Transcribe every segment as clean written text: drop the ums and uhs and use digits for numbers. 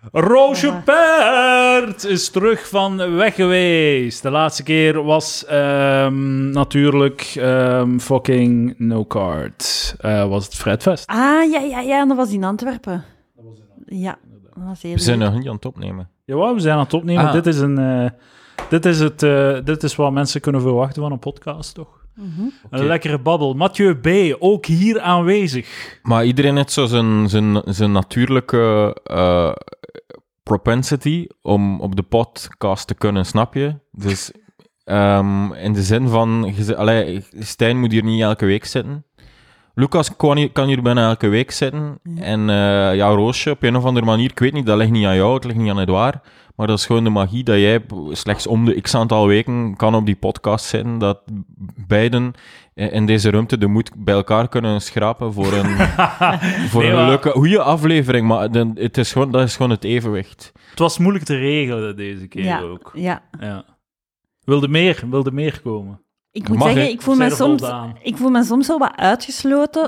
Roosje Paard is terug van weg geweest. De laatste keer was natuurlijk fucking No Card. Was het Fredfest. Ja, dat was in Antwerpen. Ja, dat was heel We zijn leuk. nog niet aan het opnemen. Ja, we zijn aan het opnemen. Ah. Dit is wat mensen kunnen verwachten van een podcast, toch? Mhm. Een lekkere babbel. Mathieu B., ook hier aanwezig. Maar iedereen heeft zo zijn natuurlijke propensity om op de podcast te kunnen, snap je? Dus in de zin van... Stijn moet hier niet elke week zitten. Lucas kan hier bijna elke week zitten. Ja. En Roosje, op een of andere manier, ik weet niet, dat ligt niet aan jou, het ligt niet aan Edouard, maar dat is gewoon de magie dat jij slechts om de x-aantal weken kan op die podcast zitten, dat beiden in deze ruimte de moed bij elkaar kunnen schrapen voor een, leuke, goede aflevering, maar dat is gewoon het evenwicht. Het was moeilijk te regelen deze keer ook. Ja. Wilde meer komen. Ik moet Mag, zeggen, hè? ik voel me soms wel wat uitgesloten.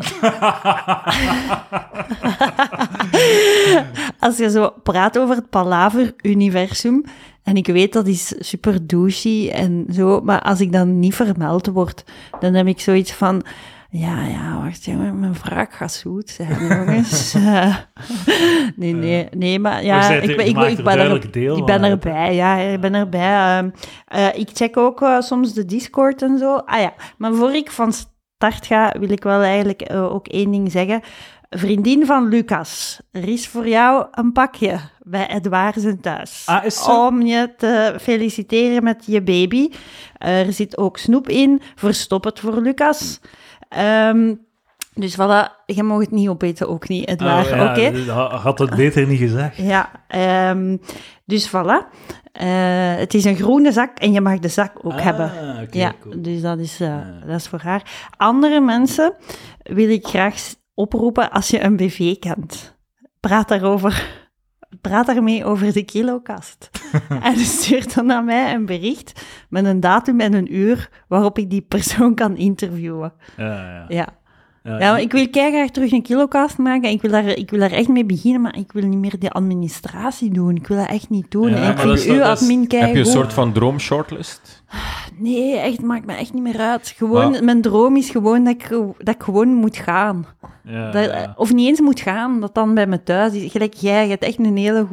Als je zo praat over het Palaver-universum, en ik weet dat is super douchey en zo, maar als ik dan niet vermeld word, dan heb ik zoiets van... Ja, wacht, jongen, mijn wraak gaat zoet zijn, jongens. Nee, maar ja, ik ben erbij, ja, ik ben erbij. Ik check ook soms de Discord en zo. Maar voor ik van start ga, wil ik wel eigenlijk ook één ding zeggen. Vriendin van Lucas, er is voor jou een pakje bij Edouard zijn thuis. Is zo? Om je te feliciteren met je baby. Er zit ook snoep in, verstop het voor Lucas. Dus voilà, je mag het niet opeten, ook niet, Edouard. Oké? Had het beter niet gezegd. Ja, dus voilà. Het is een groene zak en je mag de zak ook hebben. Okay, Ja, cool. dus dat is voor haar. Andere mensen wil ik graag oproepen als je een BV kent. Praat daarmee over de kilokast. En stuur dan naar mij een bericht met een datum en een uur waarop ik die persoon kan interviewen. Ja, maar ik wil keihard terug een kilokast maken. Ik wil daar echt mee beginnen, maar ik wil niet meer die administratie doen. Ik wil dat echt niet doen. Ja, En ik maar vind uw admin Heb je keigoed. een soort van droomshortlist? Nee, echt, maakt me echt niet meer uit. Gewoon, mijn droom is gewoon dat ik gewoon moet gaan. Of niet eens moet gaan, dat dan bij me thuis is. Gelijk jij, je hebt echt een hele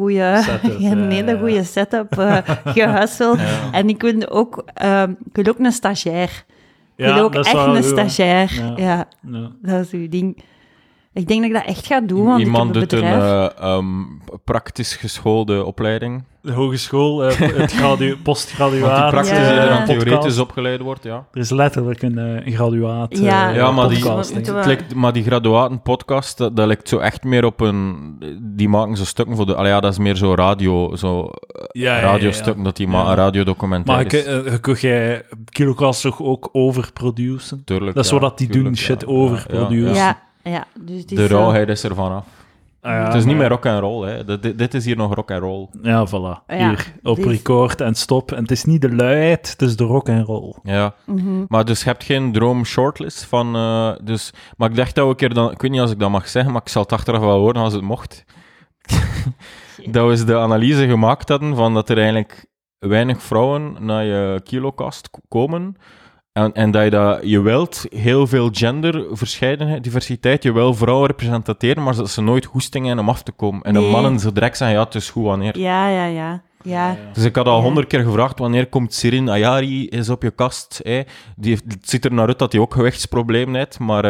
goede setup gehuisveld. Ja. En ik wil ook een stagiair. Ik wil ook echt een stagiair. Ja, dat is uw ding. Ik denk dat ik dat echt ga doen, want Iemand ik heb een doet bedrijf. een praktisch geschoolde opleiding. De hogeschool, het postgraduaat. Want die praktisch Ja. dan theoretisch opgeleid wordt, ja. Er is letterlijk een graduaat. Ja, maar podcasting. maar die graduaten-podcast, dat lijkt zo echt meer op een... Die maken zo stukken voor de... dat is meer zo radio, radiostukken, dat die een radiodocumentaire Maar kun jij kilokast toch ook overproducen? Tuurlijk, Dat is wat die doen, shit overproducen. Ja, dus het is de rauwheid is er vanaf. Ja, Het is niet meer rock and roll, hè. Dit is hier nog rock and roll. Ja, voilà. Ja, Hier, op dus- record en stop. En het is niet de luiheid, het is de rock and roll. Ja. Maar dus je hebt geen droom shortlist van... maar ik dacht dat we een keer dan... Ik weet niet als ik dat mag zeggen, maar ik zal het achteraf wel horen als het mocht. Dat we eens de analyse gemaakt hadden van dat er eigenlijk weinig vrouwen naar je kilokast komen... En dat je wilt heel veel genderverscheidenheid, diversiteit, je wil vrouwen representeren, maar dat ze nooit goesting hebben om af te komen. En de mannen zo direct zeggen, ja, het is goed, wanneer. Ja. Dus ik had al 100 keer gevraagd, wanneer komt Sirin Ayari is op je kast? Hè? Het ziet er naar uit dat hij ook gewichtsproblemen heeft, maar...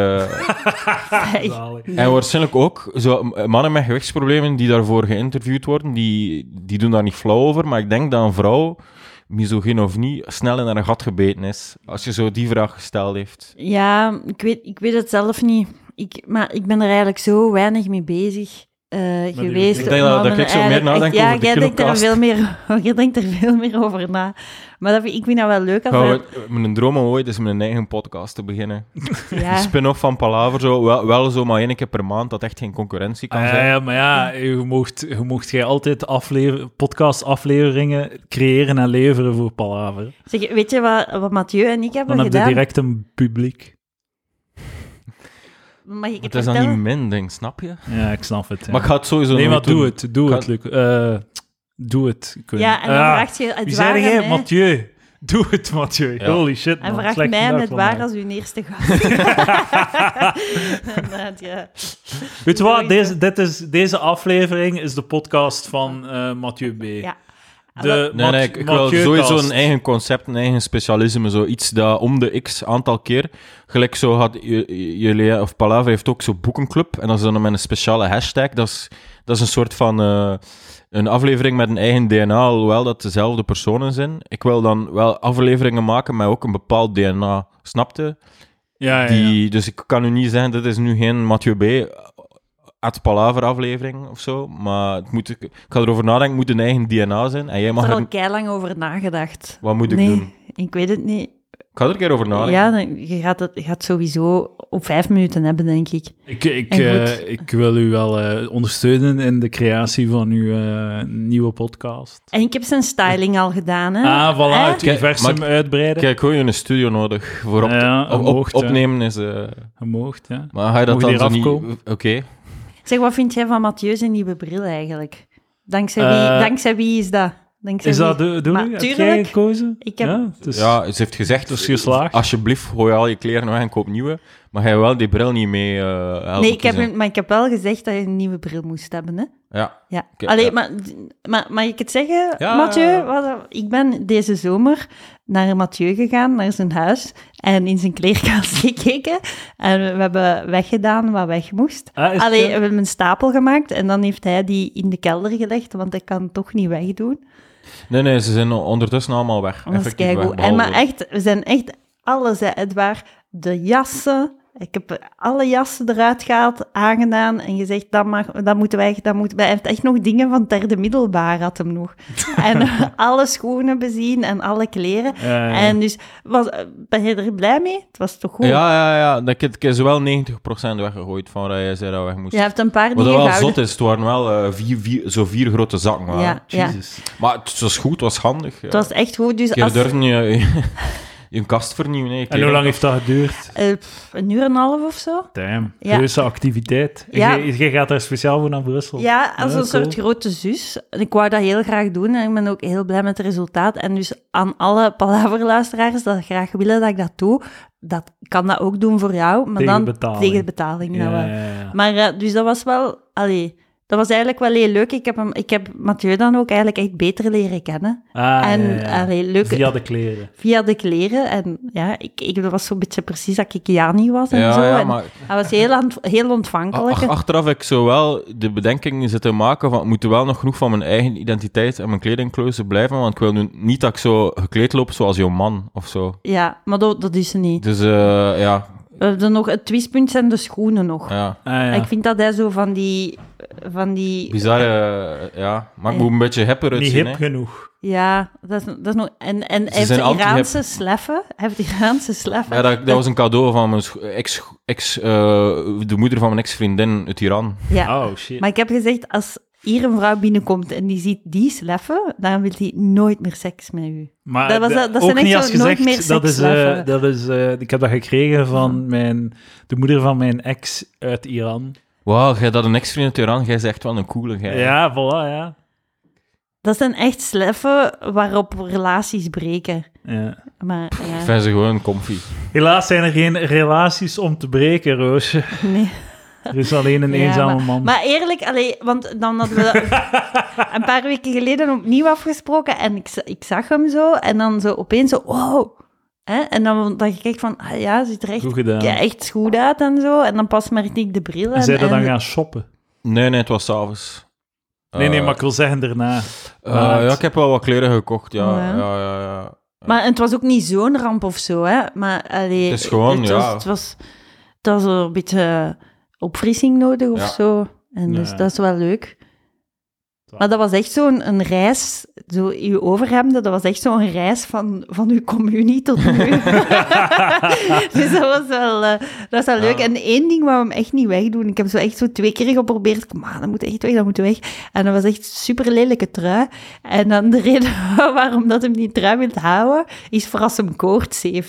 En waarschijnlijk ook, zo, mannen met gewichtsproblemen die daarvoor geïnterviewd worden, die doen daar niet flauw over, maar ik denk dat een vrouw... misogyn of niet, snel in haar gat gebeten is. Als je zo die vraag gesteld heeft. Ja, ik weet het zelf niet. Maar ik ben er eigenlijk zo weinig mee bezig geweest. Ik denk dat ik zo meer nadenk over de kilokast. Jij denkt er veel meer over na. Maar ik vind dat wel leuk. Mijn droom ooit is met een eigen podcast te beginnen. Ja. Een spin-off van Palaver, zo, wel zo maar 1 keer per maand, dat echt geen concurrentie kan zijn. Ja, maar ja, je mocht jij altijd podcastafleveringen creëren en leveren voor Palaver. Zeg, weet je wat Mathieu en ik hebben Dan heb gedaan? je direct een publiek. mag ik Het het is dan vertellen? niet min, denk snap je? Ja, ik snap het. Ja. Maar ik ga het sowieso Nee, maar nooit doen. doe Ga- het, Luc. Doe het. Koen. Ja, en dan vraagt je het Wie waar zei aan jij? mij. Mathieu. Doe het, Mathieu. Ja. Holy shit, man. En vraagt Slechte mij dag het vandaag. waar als uw eerste gast. Inderdaad, ja. Weet je wat? Sowieso. Deze aflevering is de podcast van Mathieu B. Ja. Nee, ik wil sowieso een eigen concept, een eigen specialisme, zoiets dat om de x aantal keer, gelijk zo had jullie, of Palaver heeft ook zo'n boekenclub, en dat is dan met een speciale hashtag, dat is een soort van een aflevering met een eigen DNA, alhoewel dat dezelfde personen zijn. Ik wil dan wel afleveringen maken met ook een bepaald DNA, snapte? Ja. Dus ik kan u niet zeggen, dit is nu geen Mathieu B. at Palaver aflevering of zo, maar ik ga erover nadenken, het moet een eigen DNA zijn. En jij Ik mag heb er er... al keilang over nagedacht. Wat moet ik Nee, doen? ik weet het niet. Ik ga er een keer over nadenken. Ja, je gaat sowieso op 5 minuten hebben, denk ik. Ik wil u wel ondersteunen in de creatie van uw nieuwe podcast. En ik heb zijn styling al gedaan, hè. Ah, voilà, het Kijk, universum maar- uitbreiden. Kijk, gewoon een studio nodig voor Ja, omhoog, opnemen is... Je moogt, ja. Maar ga je dat Mocht je dan zo hier niet... afkomen? Oké. Zeg, wat vind jij van Mathieu zijn nieuwe bril eigenlijk? Dankzij wie is dat? Dankzij Is dat wie? de Maar Heb jij tuurlijk, gekozen? ik heb- Ja, het is- Ja, ze heeft gezegd, Het is geslaagd. alsjeblieft, gooi al je kleren weg en koop nieuwe. Maar ga je wel die bril niet mee helpen Nee, kiezen. maar ik heb wel gezegd dat je een nieuwe bril moest hebben, hè. Ja. Ja. Oké, Allee, ja. maar mag ik het zeggen, Ja. Mathieu? Ik ben deze zomer naar Mathieu gegaan, naar zijn huis, en in zijn kleerkast gekeken. En we hebben weggedaan wat weg moest. Ah, is Allee, het, we hebben een stapel gemaakt en dan heeft hij die in de kelder gelegd, want hij kan het toch niet wegdoen. Nee, ze zijn ondertussen allemaal weg. Dat is Effectief keigoed. weg, En maar behalve- echt, we zijn echt alles, hè. Het waren de jassen. Ik heb alle jassen eruit gehaald, aangedaan en gezegd, dat moet weg, dat moet... Hij heeft echt nog dingen van derde middelbaar, had hem nog. En alle schoenen bezien en alle kleren. En dus, ben je er blij mee? Het was toch goed? Ja. Ik heb zowel 90% weggegooid van waar jij zei dat weg moest. Je hebt een paar Wat dingen wel gehouden. zot is, het waren wel vier grote zakken. Waren. Ja, ja. Jezus. Maar het was goed, het was handig. Ja. Het was echt goed. Dus Je als, durft niet je kast vernieuwen. Nee, En hoe lang heeft dat geduurd? een uur en een half of zo. Damn, Ja. heuse activiteit. Ja. Je gaat daar speciaal voor naar Brussel. Ja, als Ja, een soort cool. grote zus. En ik wou dat heel graag doen en ik ben ook heel blij met het resultaat. En dus aan alle Palaver-luisteraars dat graag willen dat ik dat doe, ik kan dat ook doen voor jou, maar Tegen dan betaling. tegen betaling. Ja, dat wel. ja. Maar dus dat was wel... dat was eigenlijk wel heel leuk. Ik heb Mathieu dan ook eigenlijk echt beter leren kennen. En leuk... Via de kleren. Via de kleren. En ja, dat was zo'n beetje precies dat ik Jani was en zo. Ja, En maar hij was heel ontvankelijk. achteraf heb ik zo wel de bedenking zitten maken van, ik moet wel nog genoeg van mijn eigen identiteit en mijn kledingkeuze blijven, want ik wil nu niet dat ik zo gekleed loop zoals jouw man, of zo. Ja, maar dat is ze niet. Dus ja. We hebben nog, het twistpunt zijn de schoenen nog. Ja. Ik vind dat hij zo van die Bizarre, ja. Maar ik moet een beetje hipper Niet uitzien, hip hè. genoeg. Ja, dat is nog... En hij heeft zijn de anti-hip. Iraanse sleffen. Hij heeft Iraanse sleffen. Ja, dat was een cadeau van mijn de moeder van mijn ex-vriendin uit Iran. Ja. Oh, shit. Maar ik heb gezegd, als hier een vrouw binnenkomt en die ziet die sleffen, dan wil hij nooit meer seks met u. Maar dat zijn ook echt niet zo als nooit meer gezegd, dat is, ik heb dat gekregen van de moeder van mijn ex uit Iran. Wauw, jij dat een ex-vriend uit Iran, jij zegt wel een coole gij. Ja, voilà, ja. Dat zijn echt sleffen waarop relaties breken. Ja. Maar Ik ja, vind ze gewoon comfy. Helaas zijn er geen relaties om te breken, Roosje. nee. Er is alleen een Ja, eenzame man. Maar eerlijk, want dan hadden we een paar weken geleden opnieuw afgesproken en ik zag hem zo en dan zo opeens zo, wow. Hè? En dan dacht ik echt van, ja, ziet er echt, Goed gedaan. echt goed uit en zo. En dan pas merkte ik de bril. En zij dat dan gaan shoppen? Nee, het was 's avonds. Nee, maar ik wil zeggen daarna. Ja, ik heb wel wat kleren gekocht, ja. Ja. Ja. Maar het was ook niet zo'n ramp of zo, hè. Maar allee, Het is gewoon, het was een beetje opfrissing nodig of Ja. zo. En dus Ja. dat is wel leuk. Maar dat was echt zo'n reis, zo uw overhemden, dat was echt zo'n reis van uw communie tot nu. Dus dat was wel leuk. En één ding wou hem echt niet wegdoen. Ik heb zo echt zo 2 keer geprobeerd. Kom maar, dat moet echt weg, dat moet weg. En dat was echt een super lelijke trui. En dan de reden waarom dat hem die trui wil houden, is voor als hem koorts heeft.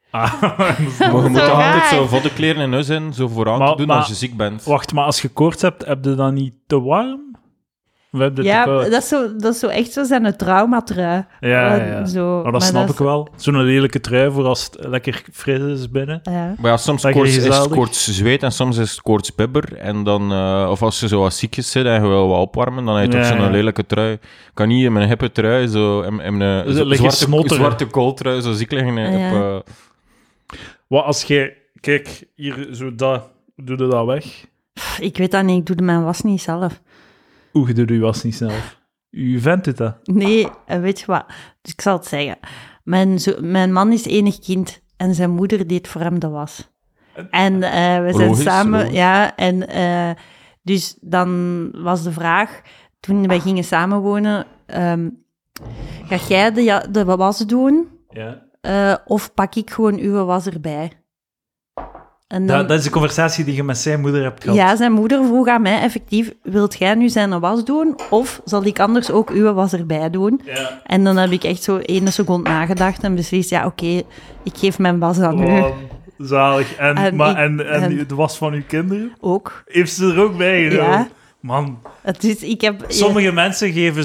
Ah, Maar je moet Zo toch altijd raar. zo voddenkleren in huis zijn, zo vooraan Maar- te doen maar- als je ziek bent. wacht, maar als je koorts hebt, heb je dan niet te warm? Of heb je Ja, te koud? dat is zo echt zo zijn traumatrui. Ja. Zo, Maar dat snap ik wel. Zo'n lelijke trui voor als het lekker fris is binnen. Ja. Maar ja, soms Lekker is het gezellig. koorts zweet en soms is het koorts bibber. En dan, of als je zo wat ziekjes zit en je wil wat opwarmen, dan heb je toch Ja, zo'n ja. lelijke trui. Ik kan niet in mijn hippe trui, zo in een Dus het liggen snotteren. zwarte kooltrui, zo ziek liggen. Ja. Wat als jij... Kijk, hier, zo dat... Doe je dat weg? Ik weet dat niet, ik doe mijn was niet zelf. Oeh, je doet je was niet zelf. Uw vent doet dat. Nee, en weet je wat? Dus ik zal het zeggen. Mijn man is enig kind en zijn moeder deed voor hem de was. En we zijn Logisch, samen... logisch. Ja, en dus dan was de vraag, toen wij gingen samenwonen, ga jij de was doen Ja. of pak ik gewoon uw was erbij? En dan, Dat is de conversatie die je met zijn moeder hebt gehad. ja, zijn moeder vroeg aan mij effectief, wilt jij nu zijn was doen of zal ik anders ook uw was erbij doen? Ja. En dan heb ik echt zo 1 seconde nagedacht en beslist, ja oké, ik geef mijn was aan u Man, zalig. En En de was van uw kinderen? ook. Heeft ze er ook bij genomen? Ja. Man, Het is, ik heb... sommige mensen geven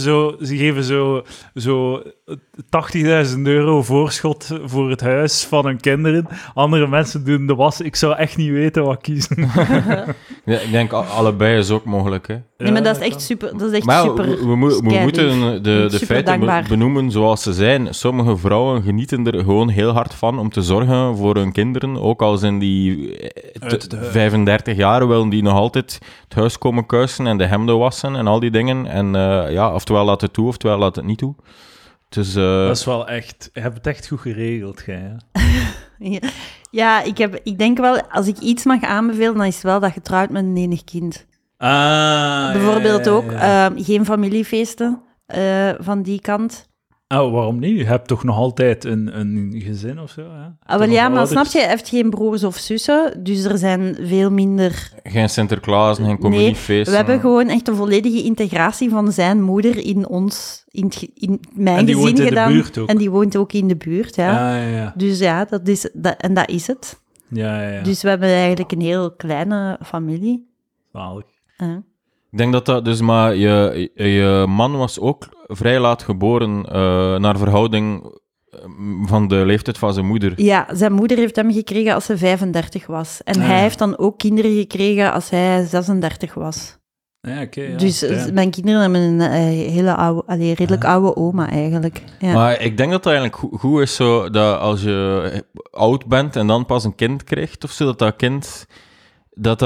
zo 80.000 euro voorschot voor het huis van hun kinderen. Andere mensen doen de was. Ik zou echt niet weten wat kiezen. Ja, ik denk allebei is ook mogelijk. Hè. Nee, maar dat is Ja, echt super. Dat is echt Maar ja, super. we moeten de Super feiten dankbaar. benoemen zoals ze zijn. Sommige vrouwen genieten er gewoon heel hard van om te zorgen voor hun kinderen. Ook al zijn die Uit de- 35 jaar, willen die nog altijd het huis komen kuisen en de hemden wassen en al die dingen. En ja, oftewel laat het toe, oftewel laat het niet toe. Dus, Dat is wel echt... Je hebt het echt goed geregeld, jij. Hè? Ja, ik denk wel, als ik iets mag aanbevelen, dan is het wel dat je trouwt met een enig kind. Bijvoorbeeld ook geen familiefeesten van die kant. Oh, waarom niet? Je hebt toch nog altijd een gezin of zo? Hè? Ah, wel ja, maar snap je, hij heeft geen broers of zussen, dus er zijn veel minder... geen Sinterklaas, geen communiefeesten. We hebben gewoon echt een volledige integratie van zijn moeder in ons, in mijn En die gezin woont in de gedaan. buurt ook. En die woont ook in de buurt, ja. Ja. Dus ja, dat is het. Ja. Dus we hebben eigenlijk een heel kleine familie. Zalig. Ik denk dat dat dus, maar je man was ook vrij laat geboren naar verhouding van de leeftijd van zijn moeder. Ja, zijn moeder heeft hem gekregen als hij 35 was. En hij heeft dan ook kinderen gekregen als hij 36 was. Ja, oké. Ja. Dus mijn kinderen hebben een hele oude, redelijk oude oma eigenlijk. Ja. Maar ik denk dat het eigenlijk goed is zo, dat als je oud bent en dan pas een kind krijgt, of zo, dat kind... Dat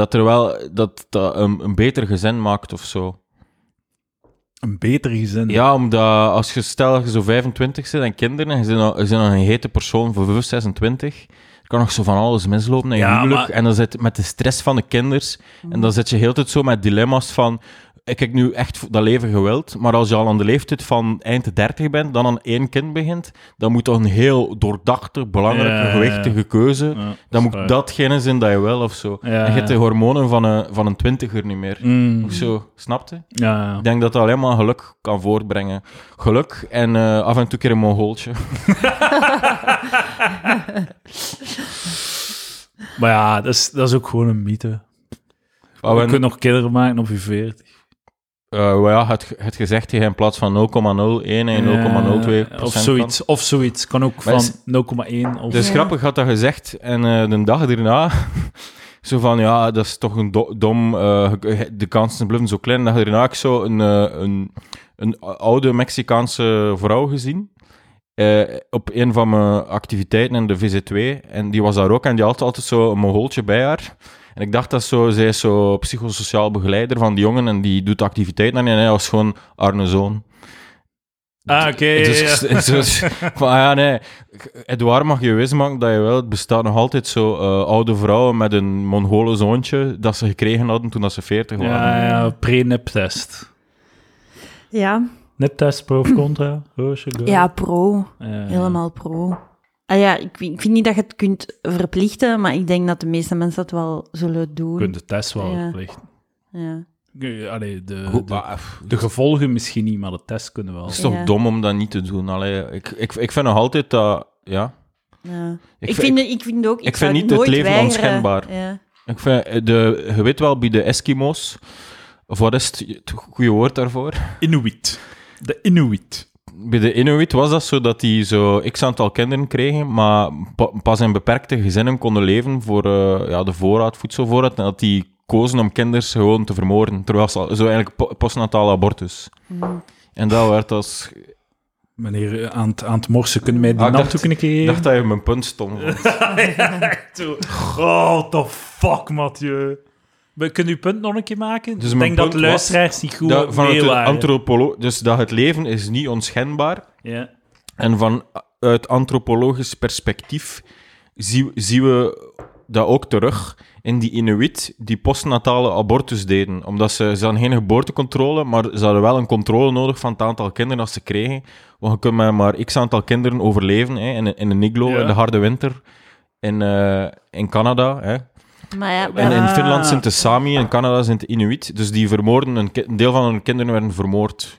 een beter gezin maakt of zo. Een beter gezin. Ja, omdat als je stel dat je zo 25 bent en kinderen, en je bent nog een hete persoon voor 26, er kan nog zo van alles mislopen in je Ja, huwelijk. maar- En dan zit je met de stress van de kinders. En dan zit je heel de tijd zo met dilemma's van... Ik heb nu echt dat leven gewild, maar als je al aan de leeftijd van eind de 30 bent, dan aan 1 kind begint, dan moet toch een heel doordachte, belangrijke, Ja. gewichtige keuze. Ja, Dan moet waar. datgene zijn dat je wil, of zo. Ja. En je hebt de hormonen van een 20er niet meer. Mm. Of zo, snapte? Ja. Ik denk dat dat alleen maar geluk kan voortbrengen. Geluk en af en toe een keer een mongooltje. Maar ja, dat is ook gewoon een mythe. Maar Je kunt nog kinderen maken op je 40. ja, het gezegd je in plaats van 0,01 en 0,02%. Of zoiets. Kan ook Maar van 0,1 of... Dus grappig had dat gezegd. En de dag erna... Zo van, ja, dat is toch een dom... de kansen blijven zo klein. De dag erna heb ik zo een oude Mexicaanse vrouw gezien. Op een van mijn activiteiten in de VZ2. En die was daar ook. En die had altijd zo een mongooltje bij haar. En ik dacht dat zo... Zij is zo psychosociaal begeleider van die jongen. En die doet activiteiten. En hij was gewoon Arne Zoon. Ah, oké. Dus, van, ja, nee. Edouard mag je wijsmaken dat je wel... Het bestaat nog altijd zo oude vrouwen met een Mongolen zoontje dat ze gekregen hadden toen dat ze 40 waren. Ja, pre-niptest. Ja, Niptest, pro of contra? Roosje, go? ja, pro. Ja. Helemaal pro. Ah ja, ik vind niet dat je het kunt verplichten, maar ik denk dat de meeste mensen dat wel zullen doen. Je kunt de test wel Ja. verplichten. Ja. Allee, Goed, de maar, gevolgen misschien niet, maar de test kunnen wel. het is toch Ja. dom om dat niet te doen. Allee, ik vind nog altijd dat... Ja, Ja. Ik Ik vind ook... ik zou vind niet nooit het leven weigeren. onschendbaar. Ja. Ik vind, je weet wel, bij de Eskimo's, of wat is het goede woord daarvoor? Inuit. De Inuit. Bij de Inuit was dat zo dat die zo x aantal kinderen kregen, maar pas in beperkte gezinnen konden leven voor de voedselvoorraad, en dat die kozen om kinderen gewoon te vermoorden, terwijl ze zo eigenlijk postnatale abortus. En dat werd als... Meneer, aan het morsen, kunnen mij die nachthoeken een keer Ik geven? dacht dat je op mijn punt stond. Echt zo. Oh, what the fuck, Mathieu. Kunt u uw punt nog een keer maken? Dus ik mijn denk dat de punt luisteraars niet goed Vanuit de meelaren. dus dat het leven is niet onschendbaar. Ja. En vanuit antropologisch perspectief zien we dat ook terug in die Inuit die postnatale abortus deden. Omdat ze hadden geen geboortecontrole, maar ze hadden wel een controle nodig van het aantal kinderen dat ze kregen. Want je kunt met maar x aantal kinderen overleven in een iglo in de harde winter in Canada. Hè. Maar ja, En in Finland zijn het de Sami, in Canada zijn het de Inuit. Dus die vermoorden, een deel van hun kinderen werden vermoord.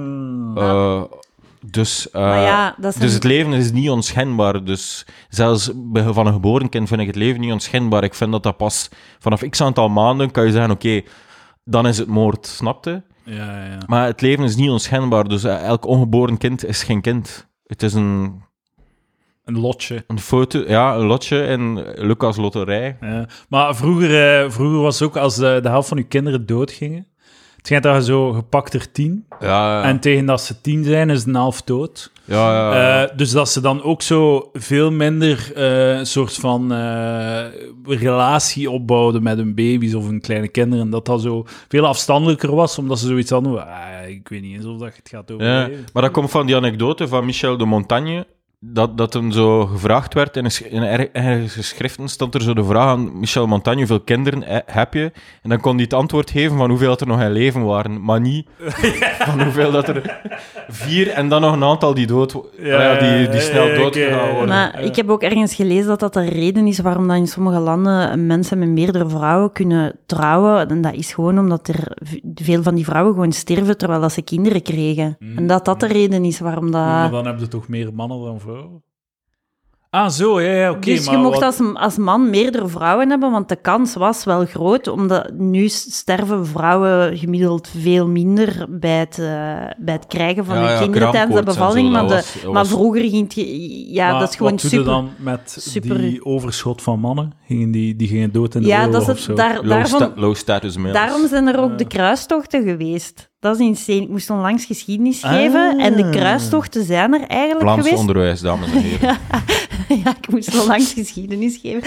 Dus het leven is niet onschendbaar. Dus zelfs van een geboren kind vind ik het leven niet onschendbaar. Ik vind dat pas vanaf x aantal maanden kan je zeggen, oké, dan is het moord, snapte? Ja. Maar het leven is niet onschendbaar. Dus elk ongeboren kind is geen kind. Het is een lotje. Een foto, ja, een lotje in Lucas Loterij. Ja. Maar vroeger was het ook als de helft van je kinderen doodgingen. Het schijnt dat je zo gepakt er 10. Ja. En tegen dat ze 10 zijn, is een half dood. Ja. Dus dat ze dan ook zo veel minder een soort van relatie opbouwden met hun baby's of hun kleine kinderen. Dat dat zo veel afstandelijker was, omdat ze zoiets hadden. Ik weet niet eens of dat het gaat over. Ja, maar dat komt van die anekdote van Michel de Montagne. Dat hem zo gevraagd werd, in ergens geschriften stond er zo de vraag aan Michel Montagne, hoeveel kinderen heb je? En dan kon hij het antwoord geven van hoeveel dat er nog in leven waren, maar niet van hoeveel dat er 4 en dan nog een aantal die die snel doodgegaan worden. Maar ik heb ook ergens gelezen dat dat de reden is waarom dat in sommige landen mensen met meerdere vrouwen kunnen trouwen. En dat is gewoon omdat er veel van die vrouwen gewoon sterven terwijl dat ze kinderen kregen. En dat de reden is waarom dat... Maar dan hebben ze toch meer mannen dan vrouwen? Ah, zo, ja, oké. Dus je mocht als man meerdere vrouwen hebben, want de kans was wel groot, omdat nu sterven vrouwen gemiddeld veel minder bij het krijgen van hun kinderen tijdens de bevalling. Maar vroeger ging het... Ja, dat is gewoon super... Wat doe je dan met die overschot van mannen? Die gingen dood in de oorlog of zo? Low status males. Daarom zijn er ook de kruistochten geweest. Dat is insane. Ik moest onlangs geschiedenis geven en de kruistochten zijn er eigenlijk Vlaams geweest. onderwijs, dames en heren. Ja, ik moest onlangs geschiedenis geven.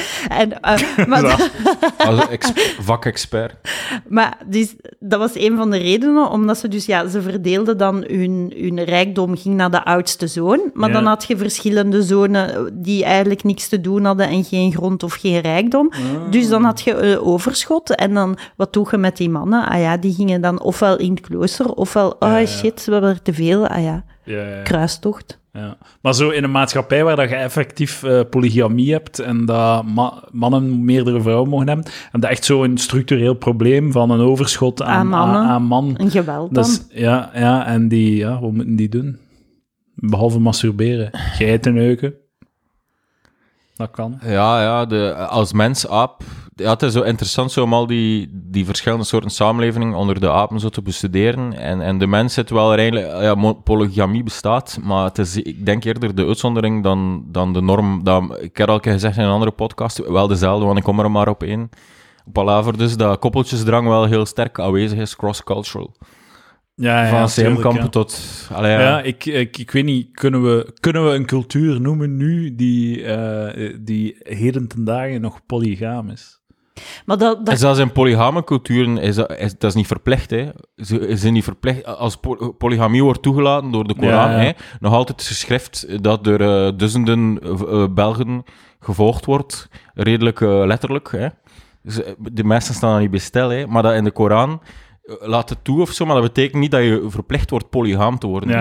Als vakexpert. Maar dus, dat was een van de redenen, omdat ze ze verdeelden dan hun rijkdom ging naar de oudste zoon, maar dan had je verschillende zonen die eigenlijk niks te doen hadden en geen grond of geen rijkdom. Dus dan had je overschot en dan, wat doe je met die mannen? Die gingen dan ofwel in het klooster, ofwel, shit, we hebben er te veel. Kruistocht. Ja. Maar zo in een maatschappij waar dat je effectief polygamie hebt en dat mannen meerdere vrouwen mogen hebben, en dat echt zo'n structureel probleem van een overschot aan man. Een geweld dan. Dus, en wat moeten die doen? Behalve masturberen. Geitenneuken. Dat kan. Ja, als mens-aap... Ja, het is zo interessant om al die verschillende soorten samenlevingen onder de apen zo te bestuderen. En de mens zit wel eigenlijk... Ja, polygamie bestaat, maar het is, ik denk eerder de uitzondering dan de norm. Ik heb al gezegd in een andere podcast, wel dezelfde, want ik kom er maar op één. Palaver, dus dat koppeltjesdrang wel heel sterk aanwezig is, cross-cultural. Van zeemkampen tot... Ik weet niet, kunnen we een cultuur noemen nu die heden ten dagen nog polygaam is? Maar zelfs in polygame culturen is dat niet verplicht. Hè. Ze zijn niet verplicht. Als polygamie wordt toegelaten door de Koran, hè, nog altijd geschrift dat er duizenden Belgen gevolgd wordt, redelijk letterlijk. Hè. Dus, de meesten staan er niet bij stil, hè, maar dat in de Koran laat het toe of zo, maar dat betekent niet dat je verplicht wordt polygaam te worden.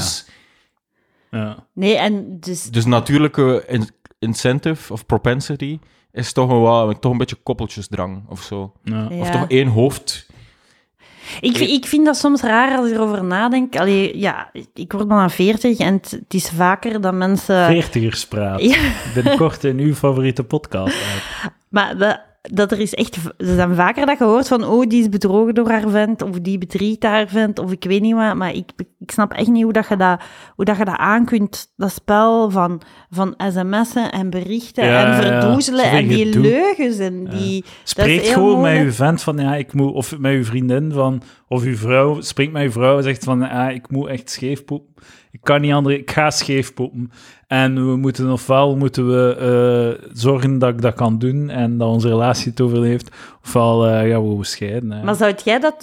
Dus natuurlijke incentive of propensity is toch een beetje koppeltjesdrang of zo. Ja. Of toch één hoofd. Ik vind dat soms raar als ik erover nadenk. Allee, ja, ik word dan 40 en het is vaker dat mensen... 40erspraat. Ja. Binnenkort in uw favoriete podcast. uit. Maar dat er is echt... Er zijn vaker dat je hoort van, oh, die is bedrogen door haar vent, of die bedriegt haar vent, of ik weet niet wat. Maar ik snap echt niet hoe dat je dat aan kunt, dat spel van sms'en en berichten en verdoezelen zoveel en die gedoe. leugens en die... Spreek heel gewoon met moeilijk. uw vent van, ja, ik moet... Of met uw vriendin van... Of uw vrouw, spreekt met uw vrouw en zegt van, ja, ik moet echt scheef poepen. Ik kan niet anders, ik ga scheef poepen. En ofwel moeten we zorgen dat ik dat kan doen en dat onze relatie het overleeft, ofwel gaan we scheiden. Hè. Maar zou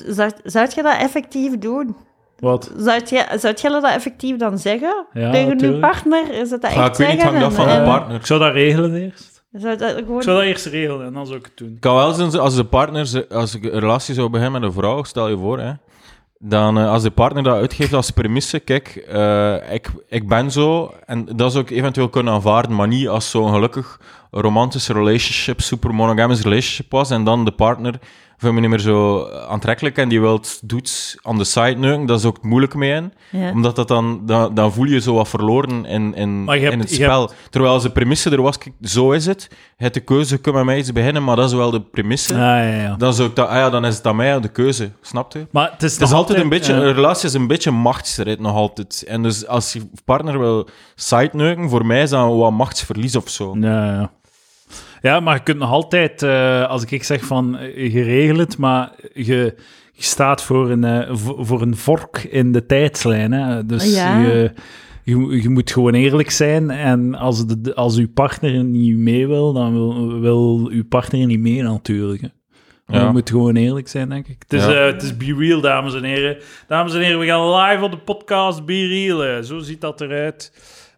jij dat effectief doen? Wat? Zou jij dat effectief dan zeggen Ja, tegen je natuurlijk. partner? Is dat echt Ja, ik weet niet, zeggen? hangt af van En- de partner. Ik zou dat regelen eerst. Zou dat gewoon... Ik zou dat eerst regelen en dan zou ik het doen. Het kan wel zijn, als ik een relatie zou beginnen met een vrouw, stel je voor, hè, dan als de partner dat uitgeeft als premisse, kijk, ik ben zo, en dat zou ik eventueel kunnen aanvaarden, maar niet als zo'n gelukkig romantische relationship, super monogamous relationship was, en dan de partner vindt me niet meer zo aantrekkelijk en die doet aan de side neuken, dat is ook het moeilijke mee in. Ja. Omdat dat dan voel je zo wat verloren in Maar je hebt- in het je spel. Terwijl als de premisse er was, kijk, zo is het. Je hebt de keuze, je kunt met mij iets beginnen, maar dat is wel de premisse. Ja. Dan zou ik dat, dan is het aan mij de keuze, snap je? Maar het is, Het is nog altijd een beetje, ja. een relatie is een beetje machtsstrijd nog altijd. En dus als je partner wil side-neuken, voor mij is dat wat machtsverlies of zo. Ja. Ja, maar je kunt nog altijd, als ik zeg van, je regelt het, maar je staat voor een vork in de tijdslijn. Hè? Dus Ja. je moet gewoon eerlijk zijn. En als uw partner niet mee wil, dan wil uw partner niet mee natuurlijk. Hè? Ja. Je moet gewoon eerlijk zijn, denk ik. Het is Be Real, dames en heren. Dames en heren, we gaan live op de podcast Be Real. Zo ziet dat eruit.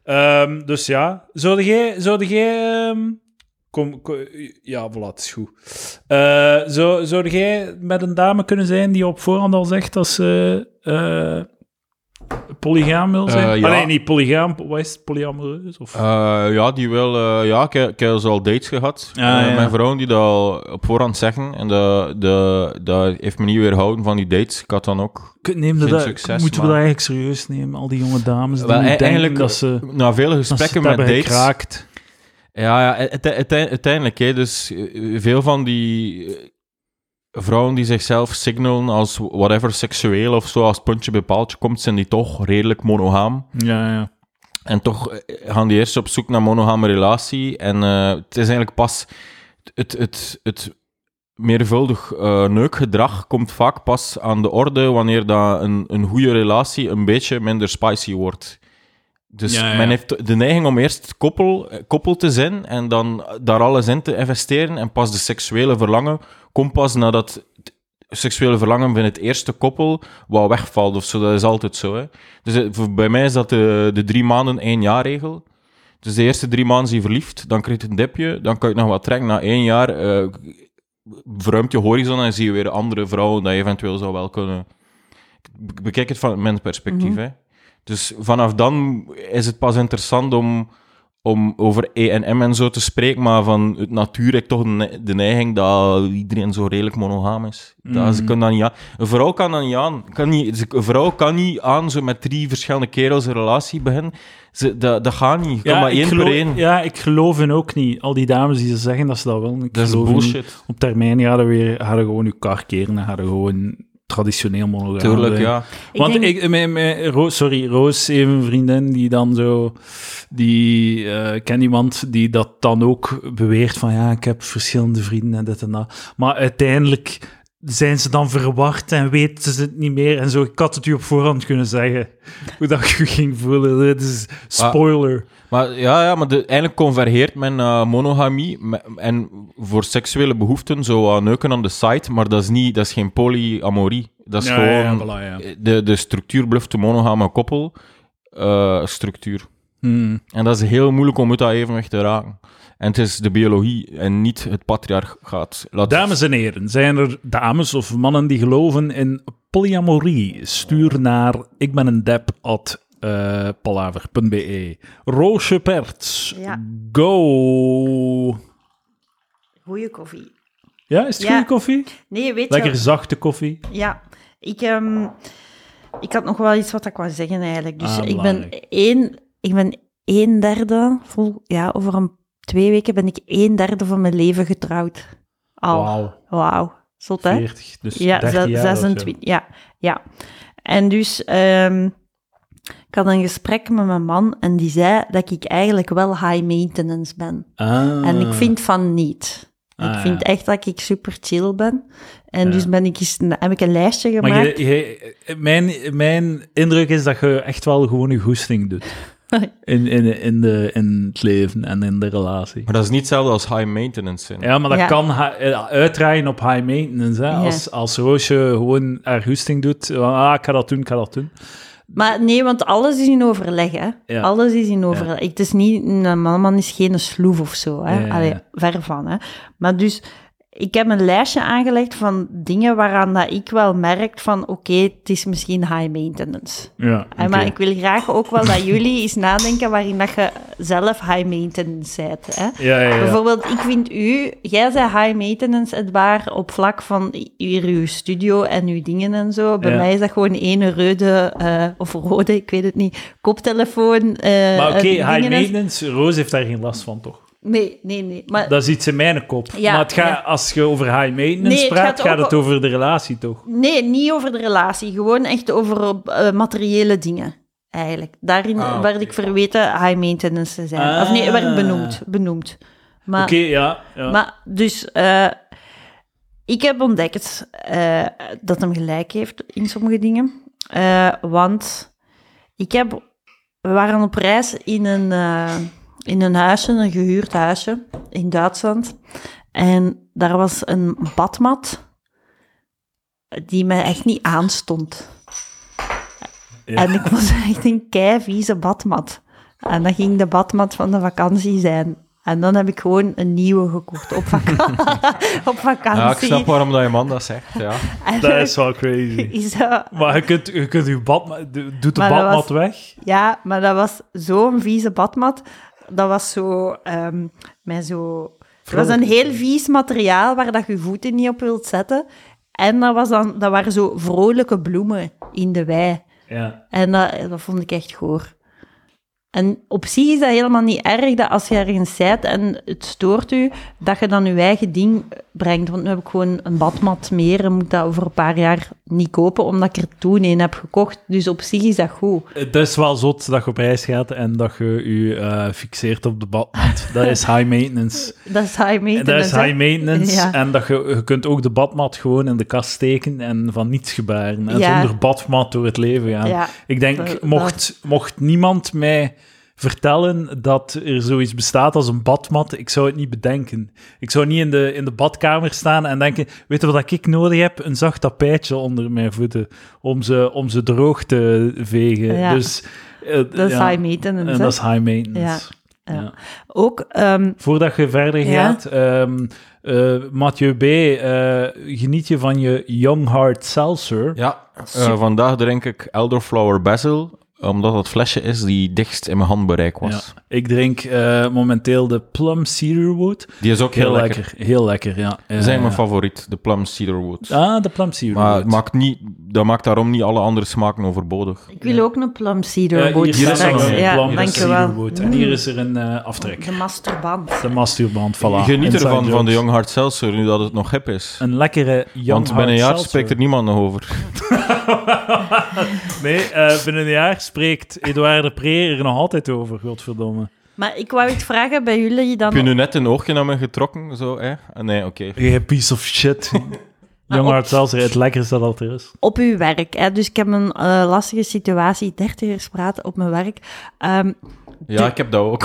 Dus ja, zou jij ja, voilà, het is goed. Zou jij met een dame kunnen zijn die op voorhand al zegt dat ze polygaam wil zijn? Ja. Nee, niet polygaam. Wat is het? Polyamoreus? Of? Ja, die wil... ik heb dus al dates gehad. Ja. Met vrouwen die dat al op voorhand zeggen. En dat heeft me niet weerhouden van die dates. Ik had dan ook... Moeten we succes, dat maar- eigenlijk serieus nemen? Al die jonge dames die Wel, denken eigenlijk, dat ze... na vele dat ze gesprekken het met hebben dates... gekraakt. Ja, uiteindelijk. Hè, dus veel van die vrouwen die zichzelf signalen als whatever seksueel of zo, als het puntje bij paaltje komt, zijn die toch redelijk monogaam. Ja. En toch gaan die eerst op zoek naar monogame relatie. En het is eigenlijk pas het meervuldig neukgedrag komt vaak pas aan de orde wanneer dat een goede relatie een beetje minder spicy wordt. Dus Ja. men heeft de neiging om eerst koppel te zijn en dan daar alles in te investeren en pas de seksuele verlangen komt pas nadat het seksuele verlangen van het eerste koppel wat wegvalt of zo. Dat is altijd zo. Hè. Dus bij mij is dat de 3 maanden 1 jaar regel. Dus de eerste 3 maanden zie je verliefd, dan krijg je een dipje, dan kan je nog wat trekken. Na 1 jaar verruimt je horizon en zie je weer andere vrouwen dat je eventueel zou wel kunnen... Bekijk het van mijn perspectief, hè. Dus vanaf dan is het pas interessant om over E&M en zo te spreken, maar van het natuur heb ik toch de neiging dat iedereen zo redelijk monogaam is. Ze kunnen dat niet aan. Een vrouw kan dat niet aan. Een vrouw kan niet aan zo met 3 verschillende kerels een relatie beginnen. Dat gaat niet. Je kan maar 1 per 1. Ja, ik geloof hen ook niet. Al die dames die ze zeggen dat ze dat willen. Ik Dat is geloof hen bullshit. niet. Op termijn gaan we gewoon je kar keren en gaan we gewoon traditioneel monogaam Tuurlijk, zijn. ja. Want denk- Roos heeft een vriendin die dan zo... Ik ken iemand die dat dan ook beweert van ja, ik heb verschillende vrienden en dit en dat. Maar uiteindelijk zijn ze dan verward en weten ze het niet meer en zo. Ik had het u op voorhand kunnen zeggen, hoe dat je ging voelen. Dit is spoiler. Maar eigenlijk convergeert men naar monogamie en voor seksuele behoeften zo neuken aan de site, maar dat is geen polyamorie. Dat is gewoon voilà, de structuur blijft de monogame koppel structuur. Hmm. En dat is heel moeilijk om uit dat evenwicht te raken. En het is de biologie en niet het patriarchaat. Dames en heren, zijn er dames of mannen die geloven in polyamorie? Stuur naar ikbenendep@palaver.be. Roosje Perts, Ja. go! Goeie koffie. Ja, is het Ja. goede koffie? Nee, weet Lekker je... zachte koffie. Ja. Ik had nog wel iets wat ik wou zeggen eigenlijk. Dus ik ben belangrijk. 1/3, over 2 weken ben ik 1/3 van mijn leven getrouwd. Al. Wauw. Zot, hè? 40, dus Ja, 30 jaar 26. Ja. En dus, ik had een gesprek met mijn man en die zei dat ik eigenlijk wel high maintenance ben. En ik vind van niet. Ik vind echt dat ik super chill ben. En dus heb ik een lijstje gemaakt. Maar mijn indruk is dat je echt wel gewoon je goesting doet. in het leven en in de relatie. Maar dat is niet hetzelfde als high maintenance zijn. Ja, maar dat kan uitdraaien op high maintenance. Hè? Ja. Als Roosje gewoon haar goesting doet, ik ga dat doen. Maar nee, want alles is in overleg, hè. Ja. Alles is in overleg. Het is niet... Mijn man is geen sloef of zo, hè. Ja. Allee, ver van, hè. Maar dus... Ik heb een lijstje aangelegd van dingen waaraan dat ik wel merk van oké, het is misschien high maintenance. Ja, Maar ik wil graag ook wel dat jullie eens nadenken waarin dat je zelf high maintenance bent. Hè? Ja. Bijvoorbeeld, ik vind jij bent high maintenance Edouard op vlak van uw studio en uw dingen en zo. Bij mij is dat gewoon één rode, ik weet het niet, koptelefoon. Maar oké, high dingen maintenance, Roos heeft daar geen last van, toch? Nee. Maar, Dat is iets in mijn kop. Ja, Maar als je over high maintenance praat, gaat het over de relatie, toch? Nee, niet over de relatie. Gewoon echt over materiële dingen, eigenlijk. Daarin werd ik verweten high maintenance te zijn. Of nee, werd benoemd. Oké, ja. Maar dus, ik heb ontdekt dat hem gelijk heeft in sommige dingen. Want we waren op reis in een huisje, een gehuurd huisje in Duitsland. En daar was een badmat die mij echt niet aanstond. Ja. En ik was echt een keivieze badmat. En dat ging de badmat van de vakantie zijn. En dan heb ik gewoon een nieuwe gekocht op vakantie. Ja, ik snap waarom dat je man dat zegt, ja. Dat is wel crazy. Maar je kunt je badmat... Doet de badmat weg? Ja, maar dat was zo'n vieze badmat. Dat was zo... Het was een heel vies materiaal waar dat je voeten niet op wilt zetten. En dat waren zo vrolijke bloemen in de wei. Ja. En dat vond ik echt goor. En op zich is dat helemaal niet erg dat als je ergens bent en het stoort u, dat je dan je eigen ding brengt. Want nu heb ik gewoon een badmat meer en moet dat over een paar jaar niet kopen, omdat ik er toen een heb gekocht. Dus op zich is dat goed. Het is wel zot dat je op reis gaat en dat je je fixeert op de badmat. Dat is high maintenance. Dat is high maintenance. Ja. En dat je kunt ook de badmat gewoon in de kast steken en van niets gebaren. En zonder badmat door het leven gaan. Ja. Ik denk, mocht niemand mij vertellen dat er zoiets bestaat als een badmat, ik zou het niet bedenken. Ik zou niet in de badkamer staan en denken, weet je wat ik nodig heb? Een zacht tapijtje onder mijn voeten, om ze droog te vegen. Ja. Dus, dat is high maintenance. En dat is high maintenance. Ja. Ook, voordat je verder gaat, Mathieu B., geniet je van je Young Heart Seltzer? Ja, vandaag drink ik Elderflower Basil, omdat dat flesje is die dichtst in mijn handbereik was. Ja. Ik drink momenteel de Plum Cedarwood. Die is ook heel lekker. Heel lekker, ja. Dat zijn mijn favoriet, de Plum Cedarwood. De Plum Cedarwood. Maar dat maakt daarom niet alle andere smaken overbodig. Ik wil ook een Plum Cedarwood. Hier is er een Plum Cedarwood. En hier is er een aftrek. De masturbant. De masturbant, voilà. Geniet ervan van de Young Heart Seltzer, nu dat het nog hip is. Een lekkere Young Heart Want binnen een jaar Seltzer. spreekt er niemand nog over. Nee, binnen een jaar spreekt Edouard de Pre er nog altijd over, godverdomme. Maar ik wou iets vragen bij jullie dan... Heb je nu net een oogje naar me getrokken? Zo, hè? Nee, oké. Je piece of shit. Young Heart Seltzer, het lekkerste dat er is. Op uw werk, hè? Dus ik heb een lastige situatie, 30ers praten op mijn werk. Ja, ik heb dat ook.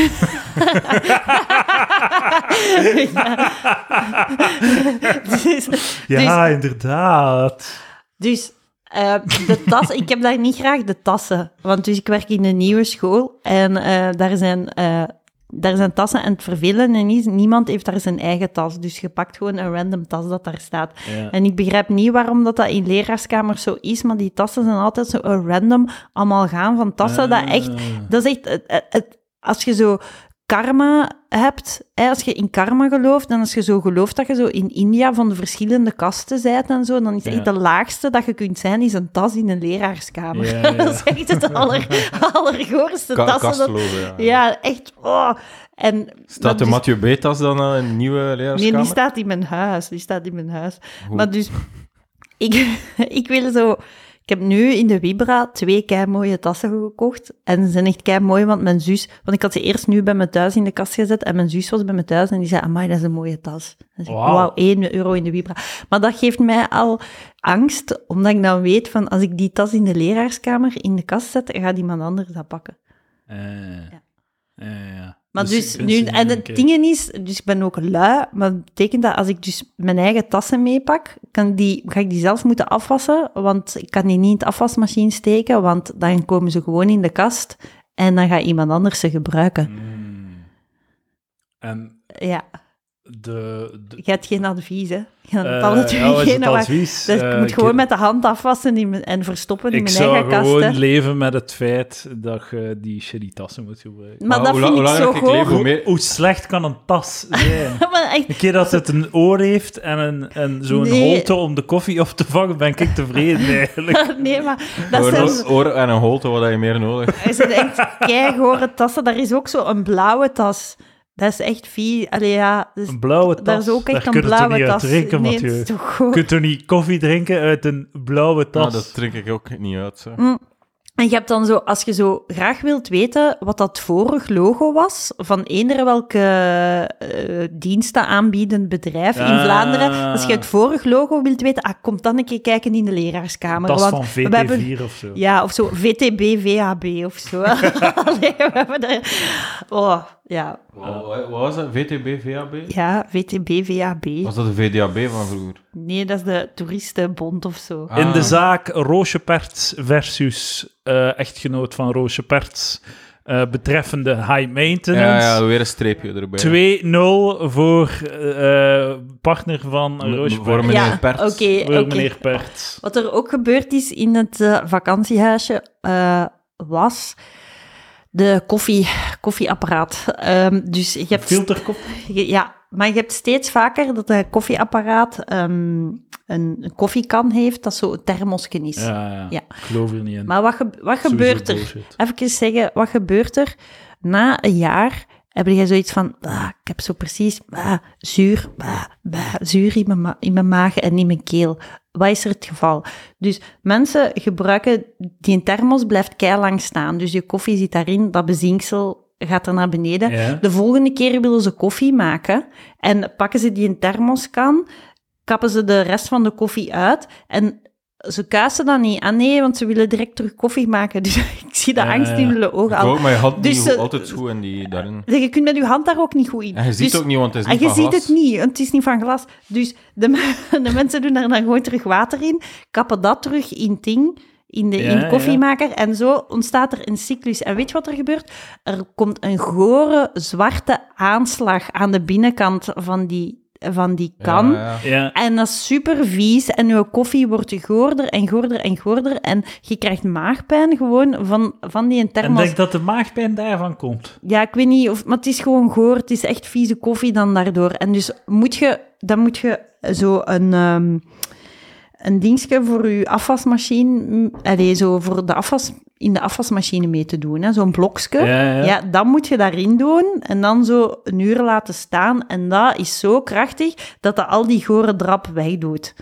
Inderdaad. Dus de tas, ik heb daar niet graag de tassen, want dus ik werk in een nieuwe school en daar zijn tassen en het vervelende is, niemand heeft daar zijn eigen tas, dus je pakt gewoon een random tas dat daar staat. Ja. En ik begrijp niet waarom dat in leraarskamers zo is, maar die tassen zijn altijd zo random amalgaam van tassen, dat is echt, als je zo karma hebt, als je in karma gelooft, en als je zo gelooft dat je zo in India van de verschillende kasten bent en zo, dan is echt de laagste dat je kunt zijn, is een tas in een leraarskamer. Ja. Dat is echt het allergoorste tassen. Kastlozen, Ja, echt. Oh. En, Staat de dus- Mathieu Betas dan in een nieuwe leraarskamer? Nee, die staat in mijn huis. Hoe? Maar dus, ik wil zo... Ik heb nu in de Vibra 2 keimooie tassen gekocht. En ze zijn echt keimooi, want mijn zus... Want ik had ze eerst nu bij me thuis in de kast gezet. En mijn zus was bij me thuis en die zei, amai, dat is een mooie tas. Dan zei ik, wauw, €1 in de Vibra. Maar dat geeft mij al angst, omdat ik dan weet van, als ik die tas in de leraarskamer in de kast zet, gaat iemand anders dat pakken. Ja. Maar dus ik nu, vind ze en niet het een ding is, dus ik ben ook lui, maar dat betekent dat als ik dus mijn eigen tassen meepak, ga ik die zelf moeten afwassen, want ik kan die niet in de afwasmachine steken, want dan komen ze gewoon in de kast en dan gaat iemand anders ze gebruiken. En Ja, de je hebt geen advies, hè. Je hebt alle twee wat is geen het advies. advies? Dus ik moet gewoon met de hand afwassen en verstoppen in Ik mijn zou eigen kast. gewoon Hè. leven met het feit dat je die shitty tassen moet gebruiken. Maar dat hoe vind ik langer zo ik leef, goed. hoe meer... Hoe slecht kan een tas zijn? Maar echt, Een keer dat het een oor heeft en zo'n Nee. holte om de koffie op te vangen, ben ik tevreden eigenlijk. nee, maar dat zijn... Oren en een holte, wat je meer nodig hebt. Er zijn echt keigoren tassen. Daar is ook zo een blauwe tas. Dat is echt vies. Allee, ja. Dus Een blauwe tas, daar is ook echt daar een kun je toch blauwe niet uit tas. drinken, nee, Mathieu? dat is toch Je goed. kunt toch niet koffie drinken uit een blauwe tas? Nou, dat trek ik ook niet uit. Zo. En je hebt dan zo, als je zo graag wilt weten wat dat vorig logo was, van eender welke diensten aanbiedend bedrijf in Ah. Vlaanderen, als je het vorig logo wilt weten, kom dan een keer kijken in de leraarskamer. Tas want van we hebben- VT4 of zo. Ja, of zo, VTB, VHB of zo. Allee, we hebben er... Oh, ja. Wat was dat? VTB, VAB? Ja, VTB, VHB. Was dat de VDAB van vroeger? Nee, dat is de toeristenbond of zo. Ah. In de zaak Roosje Perts versus echtgenoot van Roosje Perts betreffende high maintenance. Ja, weer een streepje erbij. 2-0 voor partner van Roosje Voor Perts. meneer Ja, Perts. oké. Voor meneer Perts. Wat er ook gebeurd is in het vakantiehuisje was de koffieapparaat. Dus je hebt... Filterkoffie? Ja, maar je hebt steeds vaker dat een koffieapparaat een koffiekan heeft dat zo een thermosje is. Ja. Ja. Ik geloof er niet in. Maar wat gebeurt er? Bullshit. Even zeggen, wat gebeurt er? Na een jaar heb je zoiets van, ik heb zo precies zuur in mijn maag en in mijn keel. Wat is er het geval? Dus mensen gebruiken, die thermos blijft keilang staan. Dus je koffie zit daarin, dat bezinksel gaat er naar beneden. Ja. De volgende keer willen ze koffie maken en pakken ze die thermoskan, kappen ze de rest van de koffie uit en ze kuisen dat niet. Ah nee, want ze willen direct terug koffie maken. Dus ik zie de angst in hun ogen Ik al. ook, maar je had Dus, niet altijd goed en die daarin. Je kunt met je hand daar ook niet goed in. En je ziet Dus- ook niet, want het is en niet je van ziet glas. het niet, want het is niet van glas. Dus de mensen doen daar dan gewoon terug water in, kappen dat terug in het ding, in de koffiemaker, en zo ontstaat er een cyclus. En weet je wat er gebeurt? Er komt een gore, zwarte aanslag aan de binnenkant van die kan. Ja. En dat is super vies en je koffie wordt goorder en goorder en goorder en je krijgt maagpijn gewoon van die En thermos. denk dat de maagpijn daarvan komt. Ja, ik weet niet, maar het is gewoon goor. Het is echt vieze koffie dan daardoor. En dus moet je zo een dingetje voor je afwasmachine, zo voor de in de afwasmachine mee te doen, hè, zo'n blokje. Ja. Dan moet je daarin doen en dan zo een uur laten staan. En dat is zo krachtig dat al die gore drap wegdoet.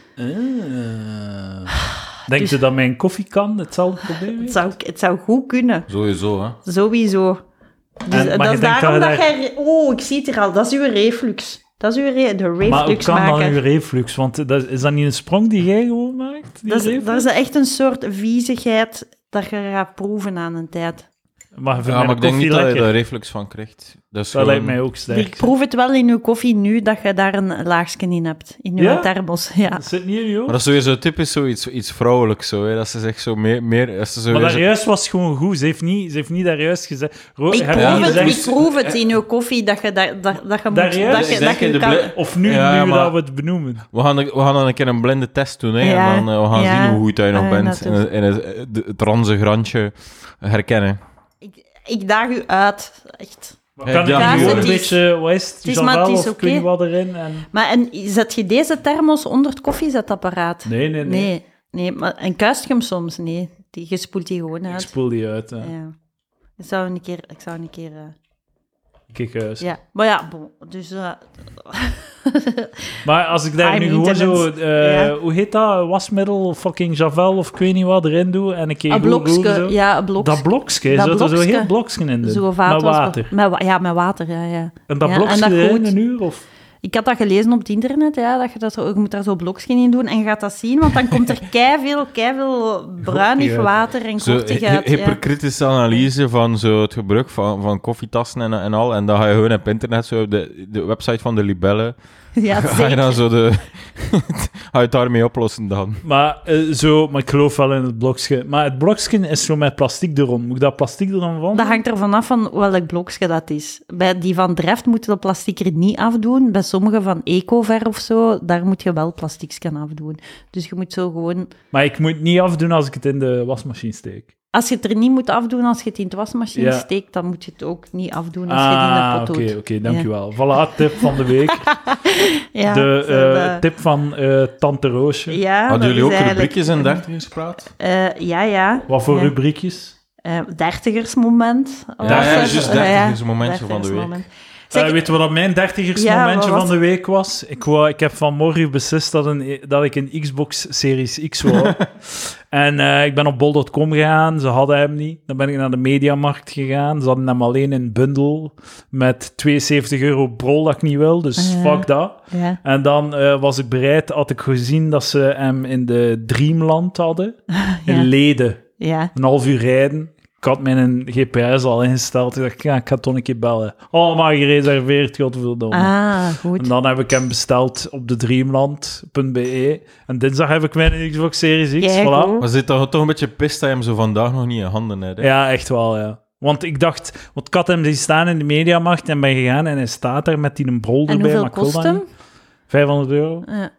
Denk Dus- je dat mijn koffiekan hetzelfde probleem heeft? Het zou goed kunnen. Sowieso, hè. Sowieso. Dus En- maar dat je is denkt daarom dat dat je jij... Oh, ik zie het hier al. Dat is uw reflux. Dat is de Maar hoe reflux kan dan maken. uw reflux? Want is dat niet een sprong die jij gewoon maakt? die Dat reflux? is echt een soort viezigheid dat je gaat proeven aan een tijd. Maar je vindt Ja, maar mijn ik denk niet koffie dat je lekker. daar reflux van krijgt. Dat is Dat gewoon... lijkt mij ook Ik sterk. proef het wel in je koffie nu dat je daar een laagje in hebt. In je Ja? thermos. Ja. Dat zit niet in je hoofd. Maar dat is sowieso typisch iets vrouwelijks, zo, hè. Dat ze zegt zo meer als ze zo... Maar daar juist was het gewoon goed. Ze heeft niet daar juist gezegd... Ik heb je niet gezegd- proef het in je koffie dat je dat je moet... Daar juist? Dat je, Ik dat denk je in de kan... blik- Of nu, Ja, nu maar- dat we het benoemen. We gaan dan een keer een blinde test doen, hè. Ja, En dan we gaan ja. zien hoe goed je nog bent. natuurlijk. En het ranzige randje herkennen. Ik daag u uit. Echt. Maar kan ik Ja, gewoon het een is- beetje, wat is het, het is maar Javel het is of ik weet niet oké. wat erin? En... Maar en zet je deze thermos onder het koffiezetapparaat? Nee. Nee, maar en kuist je hem soms? Nee, je spoelt die gewoon Ik uit. spoel die uit. Ja. Ik zou een keer... Kijk eens. Ja, maar ja, bon, dus... Maar als ik daar I'm nu gewoon zo... internet. Ja. Hoe heet dat? Wasmiddel, fucking Javel of ik weet niet wat erin doe en een keer een goed roeren blokske, zo. ja, een blokske. Dat blokske, Dat zit er zo blokske. heel blokske in doen. Zo Met vaatwas- water. Met water, ja. En dat Ja, blokske en dat erin goed. een uur? Of? Ik had dat gelezen op het internet, ja, dat je, je moet daar zo blokjes in doen en je gaat dat zien, want dan komt er keiveel bruinig Kortig uit. water en Zo, kortig uit. Ja. hyperkritische analyse van zo het gebruik van koffietassen en al. En dan ga je gewoon op internet, zo op de website van de Libelle, Ja, ga je zeker. dan zo ga je het daarmee oplossen dan. Maar, maar ik geloof wel in het blokske. Maar het blokske is zo met plastic erom. Moet ik dat plastic erom van? Dat hangt er vanaf van welk blokje dat is. Bij die van Dreft moet je dat plastic er niet afdoen. Bij sommige van Ecover of zo, daar moet je wel plastics afdoen. Dus je moet zo gewoon... Maar ik moet het niet afdoen als ik het in de wasmachine steek. Als je het er niet moet afdoen als je het in de wasmachine Ja. steekt, dan moet je het ook niet afdoen als je het in de pot doet. Oké, dankjewel. Voilà, tip van de week. Ja, De zo tip van Tante Roosje. ja, Hadden dat jullie is ook eigenlijk- rubriekjes en dertigerspraat? Ja. Wat voor Ja. rubriekjes? Dertigersmoment. Ja, juist, Ja, dertigersmomentje van de week. dertigersmoment. Zeg, Weet je wat mijn 30ers Ja, momentje wat van was- de week was? Ik heb vanmorgen beslist dat ik een Xbox Series X wou. En ik ben op bol.com gegaan, ze hadden hem niet. Dan ben ik naar de Mediamarkt gegaan, ze hadden hem alleen in bundel met €72 brol dat ik niet wil, dus Ja. fuck dat. ja. En dan had ik gezien dat ze hem in de Dreamland hadden, in Ja. Leiden. Ja. Een half uur rijden. Ik had mijn GPS al ingesteld. Ik dacht, ja, ik ga toch een keer bellen. Allemaal gereserveerd, godverdomme. Goed. En dan heb ik hem besteld op de dreamland.be. En dinsdag heb ik mijn Xbox Series X. Kijk, Voilà. hoor. Maar zit toch een beetje pist dat je hem zo vandaag nog niet in handen hebt? Hè? Ja, echt wel, ja. Want ik had hem zien staan in de Mediamarkt en ben gegaan en hij staat er met die een brol En erbij. hoeveel maar ik wil kost dat hem? niet. €500. Ja,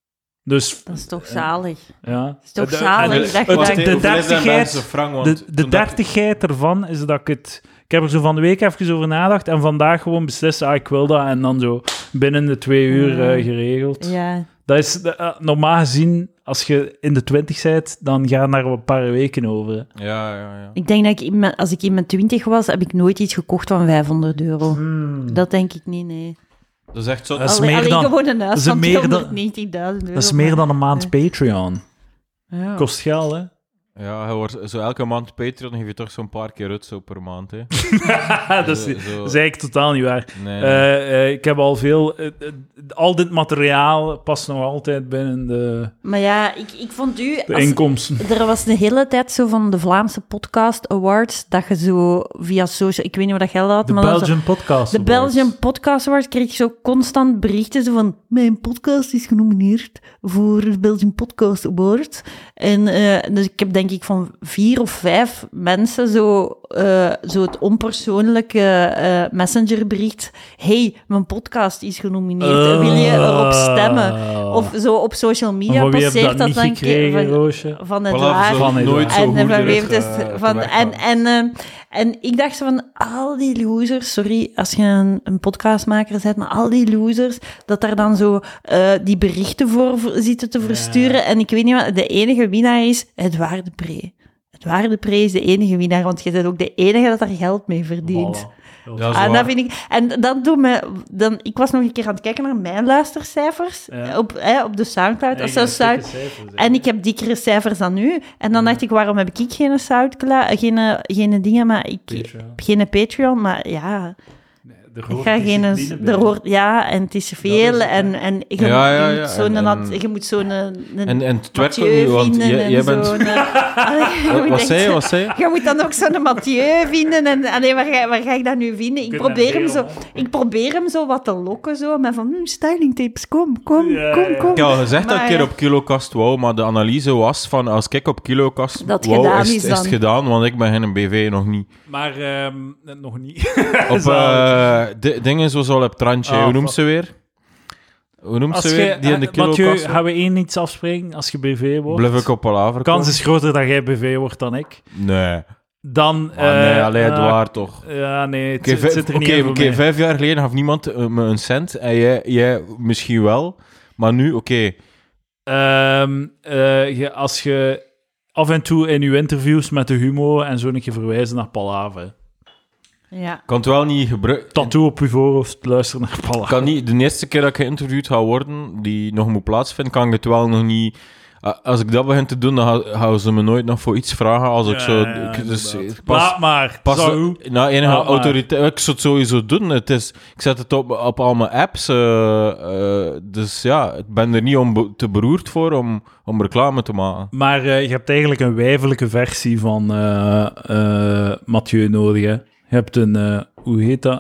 Dus, dat is toch zalig. ja. is toch De- zalig, en dat je want denkt- de Hoeveel is dat in dertigheid... Belgische frank? Want De toen dacht ik- dertigheid ervan is dat ik heb er zo van de week even over nagedacht en vandaag gewoon beslist, ik wil dat, en dan zo binnen de 2 uur geregeld. Ja. Dat is normaal gezien, als je in de 20 bent, dan gaan daar een paar weken over. Hè. Ja. Ik denk dat als ik in mijn 20 was, heb ik nooit iets gekocht van €500. Dat denk ik niet, nee. Dat is echt zo... Dat is Alleen meer dan- gewoon een huis dat is van meer dan- €290.000. Dat is meer dan een maand Patreon. Ja. Kost geld, hè? Ja, je wordt zo elke maand Patreon geef je toch zo'n paar keer uit zo per maand. Hè. dat, is, Zo- dat zo- is eigenlijk totaal niet waar. Nee. Ik heb al veel... al dit materiaal past nog altijd binnen de Maar ja, ik vond u... inkomsten. Er was de hele tijd zo van de Vlaamse Podcast Awards, dat je zo via social... Ik weet niet wat dat geld had, De maar... dat zo- Belgian Podcast de Awards. Belgian Podcast Awards kreeg je zo constant berichten zo van mijn podcast is genomineerd voor de Belgian Podcast Award. En dus ik heb denk ik van 4 of 5 mensen zo het onpersoonlijke messengerbericht. Hey, mijn podcast is genomineerd. Wil je erop stemmen? Of zo op social En media van wie heb je passeert dat dat niet dan een keer gekregen, van, Roosje? van het Voilà, waar. zo Van nooit zo En goed van eruit, wie heeft dus van terechtkomen. en ik dacht zo van al die losers, sorry als je een podcastmaker bent, maar al die losers dat daar dan zo die berichten voor zitten te versturen en ik weet niet wat, de enige winnaar is het Waardepree. Het Waardepree is de enige winnaar, want je bent ook de enige dat daar geld mee verdient. Voilà. Ja, Ah, dat vind ik... En dat doet me... Ik was nog een keer aan het kijken naar mijn luistercijfers Ja. op de Soundcloud. Of zo en ik heb dikkere cijfers dan u. En dan dacht ik, waarom heb ik geen Soundcloud, geen dingen, maar ik Patreon. heb geen Patreon, maar ja... Er Ik hoort ga geen... discipline bij. Er hoort, ja, en het is veel. is het, hè. En je Ja, moet ja, zo'n... en- Je moet zo'n... En het werkt ook Mathieu niet, want vinden en jij bent... zo'n... Allee, Wat je zei je? denkt- Wat zei je? je moet dan ook zo'n Mathieu vinden. En allee, waar ga ik dat nu vinden? kunt naar Deel, hè. Ik probeer hem zo wat te lokken, zo, met van stylingtips, kom. Ja. Ik had al gezegd dat ik Maar, een keer op Kilocast wou, maar de analyse was van als ik op Kilocast Dat wou, gedaan is is het dan. gedaan, want ik ben geen BV nog niet. Maar nog niet. Op Zalig. dingen zoals al op het randje, Ah, hoe noemt ze weer? Hoe noemt ze weer? Die in de Mathieu, Kilocast? gaan we één iets afspreken als je BV wordt? Blijf ik op Palaver De kans is groter dat jij BV wordt dan ik. Nee. Dan... nee, Edouard toch. Ja, nee, het zit er niet in voor Oké, mij. 5 jaar geleden gaf niemand me een cent. En jij misschien wel. Maar nu, oké. Als je af en toe in je interviews met de humor en zo een keer verwijzen naar Palaver. Ja. Kan het wel niet gebruiken. Tattoo op je voorhoofd, luisteren naar Palaver. Kan niet, de eerste keer dat ik geïnterviewd ga worden, die nog moet plaatsvinden, kan ik het wel nog niet... Als ik dat begin te doen, dan gaan ze me nooit nog voor iets vragen. Als ik zo... Dus, Laat maar. Na enige autoriteit... Ik zou het sowieso doen. Ik zet het op al mijn apps. Dus ja, ik ben er niet te beroerd voor om reclame te maken. Maar je hebt eigenlijk een wijfelijke versie van Mathieu nodig, hè? Je hebt een... hoe heet dat?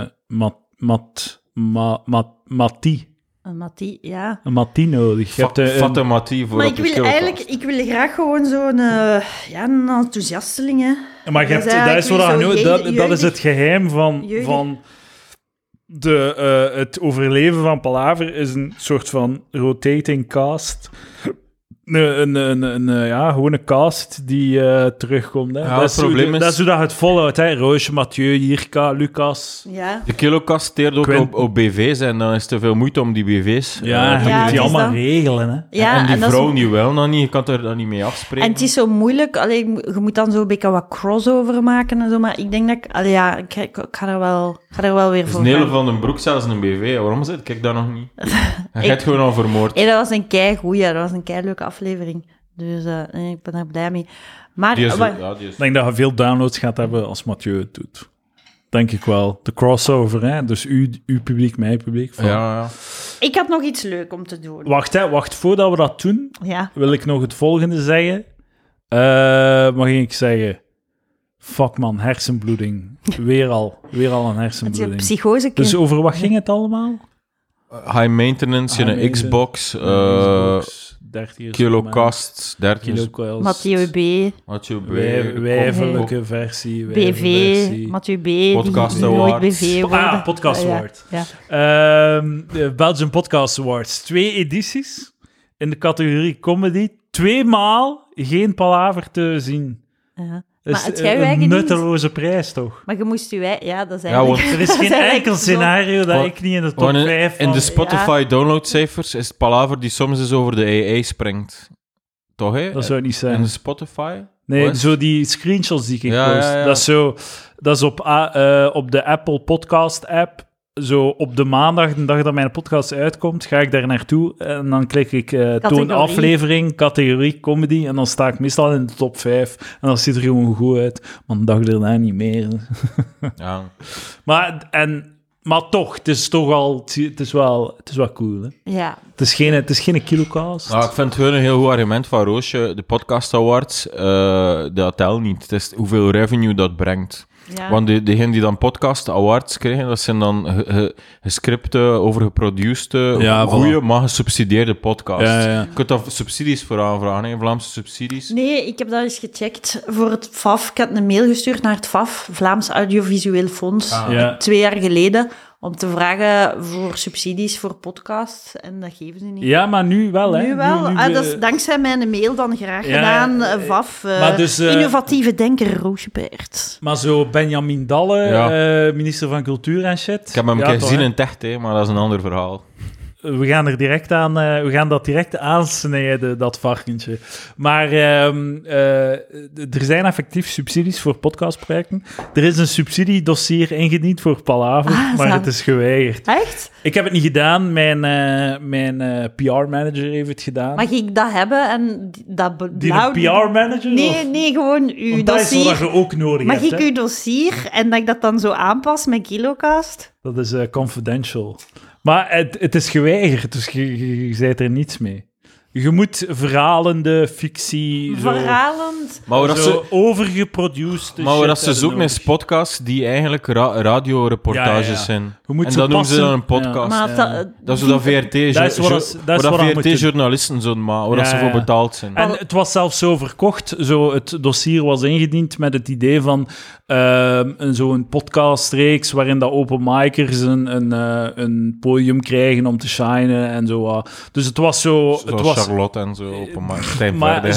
Mattie. Een Mattie, ja. Een Mattie nodig. Je hebt Fatte Mattie voor Maar op de ik wil graag gewoon zo'n een enthousiasteling, hè. Maar je hebt, dat is het geheim van het overleven van Palaver, is een soort van rotating cast. Gewoon een cast die terugkomt. Hè. Ja, dat is hoe dat het volhoudt. Hè. Roosje, Mathieu, Jirka, Lucas. Ja. De kilokast steert ook op BV's en dan is het te veel moeite om die BV's... je moet die allemaal regelen. Hè. Ja, en die vrouw is... nu wel nog niet, je kan er dan niet mee afspreken. En het is zo moeilijk, je moet dan zo een beetje wat crossover maken en zo, maar ik denk dat ik ga er wel weer voor Nele gaan. van den Broek zelfs een BV, waarom is het? Kijk dat nog niet. Hij gaat gewoon al vermoord. Dat was een keigoeie, dat was een keileuke aflevering. Dus ik ben er blij mee. Maar, Ik denk dat je veel downloads gaat hebben als Mathieu het doet. Denk ik wel. De crossover, hè? Dus uw publiek, mijn publiek. Ja. ik had nog iets leuk om te doen. Wacht, voordat we dat doen, wil ik nog het volgende zeggen. Wat ging ik zeggen? Fuck man, hersenbloeding. Weer al een hersenbloeding. Psychose. Dus over wat ging het allemaal? High maintenance, een Xbox, kilokast, 30 Mathieu B. Wijfelijke versie. BV, Mathieu B. Podcast die nooit Awards. BV worden. Podcast Award. Ja. Belgian Podcast Awards. 2 edities in de categorie comedy. 2 maal geen Palaver te zien. Ja. Dat Maar is het jij een nutteloze prijs, toch? Maar je moest je... Ja, dat is eigenlijk... Er is geen enkel scenario dat ik niet in de top 5 van... In de Spotify downloadcijfers is het Palaver die soms eens over de AI springt. Toch, hè? Dat zou het niet zijn. In de Spotify? Nee, zo die screenshots die ik post. Ja. Dat is op de Apple Podcast app. Zo op de maandag, de dag dat mijn podcast uitkomt, ga ik daar naartoe en dan klik ik toon aflevering, categorie, comedy en dan sta ik meestal in de top 5 en dan ziet er gewoon goed uit, maar een dag daarna niet meer. Ja. Maar toch, het is wel cool, hè? Ja. Het is geen kilocast. Nou, ik vind het gewoon een heel goed argument van Roosje. De Podcast Awards, dat telt niet. Het is hoeveel revenue dat brengt. Ja. Want degenen die dan Podcast Awards krijgen, dat zijn dan gescripte, overgeproducede, goede, maar gesubsidieerde podcasts. Ja. Je kunt daar subsidies voor aanvragen, hè? Vlaamse subsidies. Nee, ik heb dat eens gecheckt voor het FAF. Ik had een mail gestuurd naar het FAF, Vlaams Audiovisueel Fonds, 2 jaar geleden, om te vragen voor subsidies voor podcasts. En dat geven ze niet. Ja, maar nu wel, hè? Nu wel. Dat is dankzij mijn mail dan graag gedaan. FAF, dus, innovatieve denker Roosje Peert. Maar zo Benjamin Dalle, minister van Cultuur en shit. Ik heb hem gezien in Techt, hè, maar dat is een ander verhaal. We gaan dat direct aansnijden, dat varkentje. Maar er zijn effectief subsidies voor podcastprojecten. Er is een subsidiedossier ingediend voor Palaver, maar het is geweigerd. Echt? Ik heb het niet gedaan, mijn PR-manager heeft het gedaan. Mag ik dat hebben en dat Die een PR-manager? Nee, gewoon uw dossier. Dat is wat je ook nodig hebt. Mag ik uw dossier en dat ik dat dan zo aanpas met Kilocast? Dat is confidential. Maar het is geweigerd, dus je zei er niets mee. Je moet verhalende fictie... Verhalend? Overgeproduced. Maar dat ze zoeken is podcasts die eigenlijk radioreportages zijn. En dat noemen ze dan een podcast. Dat is wat VRT-journalisten zo'n maken, waar ze voor betaald zijn. En het was zelfs zo verkocht. Het dossier was ingediend met het idee van zo'n podcastreeks waarin de openmikers een podium krijgen om te shinen en zo. Dus het was zo... Zoals Charlotte en zo, openmic. Maar zo...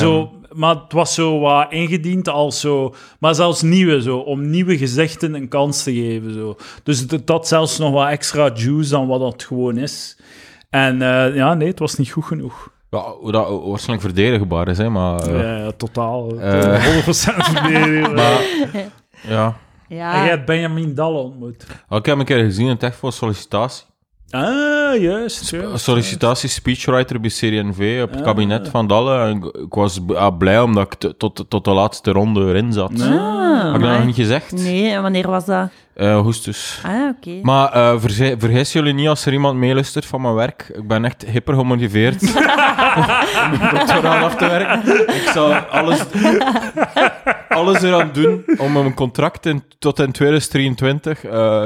maar het was zo wat ingediend als zo... Maar zelfs nieuwe, zo, om nieuwe gezichten een kans te geven. Zo. Dus het had zelfs nog wat extra juice dan wat dat gewoon is. En nee, het was niet goed genoeg. Ja, hoe dat waarschijnlijk verdedigbaar is, hè, maar... Ja, totaal. 100% verdedigbaar. maar, ja. En Ja, jij hebt Benjamin Dalle ontmoet. Ik heb hem een keer gezien in het echt voor sollicitatie. Ah, juist. Sollicitatie speechwriter bij CD&V op het kabinet van Dalle. En ik was blij omdat ik tot de laatste ronde erin zat. Heb ik dat nog amai. niet gezegd? Nee, en wanneer was dat? Augustus. Ah, oké. Maar vergis jullie niet als er iemand meeluistert van mijn werk. Ik ben echt hyper gemotiveerd om mijn doctoraat af te werken. Ik zal alles eraan doen om mijn contract tot in 2023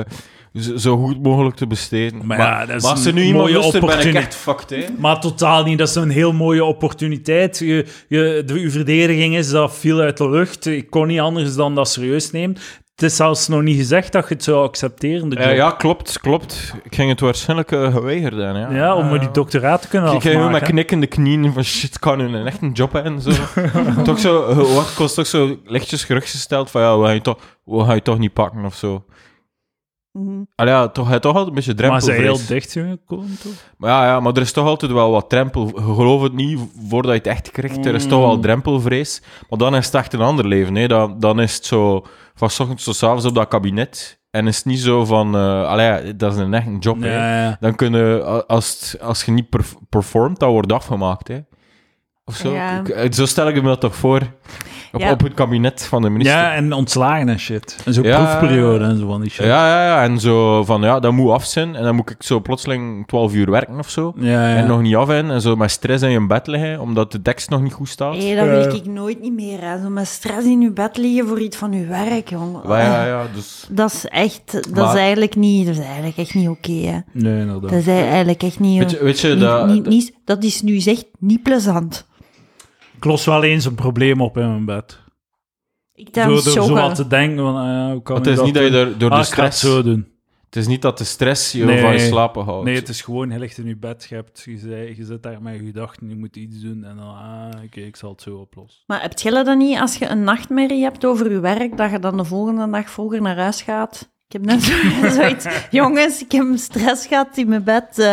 zo goed mogelijk te besteden. Maar ja, dat is als er nu een iemand mooie luistert, ben ik opportuniteit. echt fucked, hè. Maar totaal niet. Dat is een heel mooie opportuniteit. Uw verdediging is dat viel uit de lucht. Ik kon niet anders dan dat serieus nemen. Het is zelfs nog niet gezegd dat je het zou accepteren, de job. Ja, klopt. Ik ging het waarschijnlijk geweigerd hebben, ja. Ja, om die doctoraat te kunnen Ik ging afmaken. met knikkende knieën van shit, kan nu een echt een job hebben en zo. Toch zo, ik was toch zo lichtjes gerustgesteld van ja, we gaan je toch niet pakken of zo. Mhm. Allee, ja, toch, hij toch altijd een beetje Maar ze drempelvrees. heel dicht gekomen, toch? Maar maar er is toch altijd wel wat drempel. Je gelooft het niet voordat je het echt krijgt. Er is toch wel drempelvrees. Maar dan is het echt een ander leven. Hè. Dan is het zo van 's ochtends tot 's avonds op dat kabinet. En is het niet zo van... dat is een echt een job. Hè. Ja. Dan kunnen, als je niet performt, dat wordt afgemaakt. Hè. Of zo. Ja. Zo stel ik me dat toch voor. Op het kabinet van de minister. Ja, en ontslagen en shit. En zo'n Ja. proefperiode en zo van die shit. Ja. En zo van, dat moet af zijn. En dan moet ik zo plotseling 12 uur werken of zo. Ja. En nog niet af zijn. En zo met stress in je bed liggen, omdat de tekst nog niet goed staat. Hé, dat wil ik nooit niet meer. Hè. Zo met stress in je bed liggen voor iets van je werk, jongen. Ja, dus... Dat is echt... Dat Maar- is eigenlijk echt niet oké, hè. Nee, inderdaad. Dat is eigenlijk echt niet... Weet je dat is nu echt niet plezant. Ik los wel eens een probleem op in mijn bed. Ik Door dan zo wat joggen. te denken van, hoe kan het ik is niet dat je door de ik ga het stress... zo doen. Het is niet dat de stress je Nee. van je slapen houdt. Nee, het is gewoon, je ligt in je bed, je zit daar met je gedachten, je moet iets doen en dan, oké, ik zal het zo oplossen. Maar heb je dat dan niet als je een nachtmerrie hebt over je werk, dat je dan de volgende dag vroeger naar huis gaat? Ik heb net zoiets... Jongens, ik heb stress gehad in mijn bed.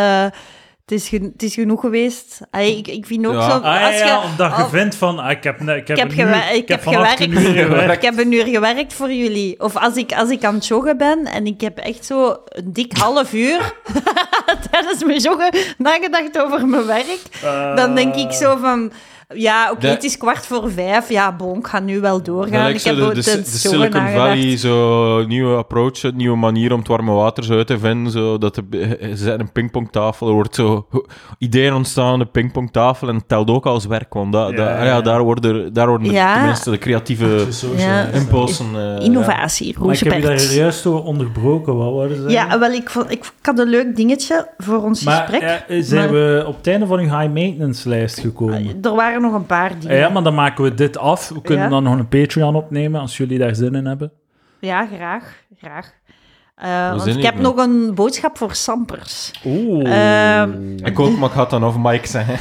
Het is genoeg geweest. Ik vind ook zo... Omdat je vindt van, ik heb vannacht een uur gewerkt. gewerkt. Ik heb een uur gewerkt voor jullie. Of als ik aan het joggen ben en ik heb echt zo een dik half uur tijdens mijn joggen nagedacht over mijn werk, dan denk ik zo van... Ja, oké, het is 4:15. Ja, bon, ik ga nu wel doorgaan. Ik heb de Silicon Valley, zo nieuwe approach, een nieuwe manier om het warme water zo uit te vinden. Zo, dat ze zetten een pingpongtafel, er wordt zo ideeën ontstaan, een pingpongtafel, en het telt ook als werk, want daar worden tenminste de creatieve impulsen... Innovatie, Maar ik heb je daar Roosepert. juist door onderbroken, wat waren ze? Ja, wel, ik had een leuk dingetje voor ons gesprek. Maar zijn we op het einde van uw high-maintenance-lijst gekomen? Er waren nog een paar dingen. Ja, maar dan maken we dit af. We kunnen dan nog een Patreon opnemen, als jullie daar zin in hebben. Ja, graag. Want zin ik heb in. nog een boodschap voor Sampers. Oeh. Ik ook, maar ik had dan over Mike zeggen.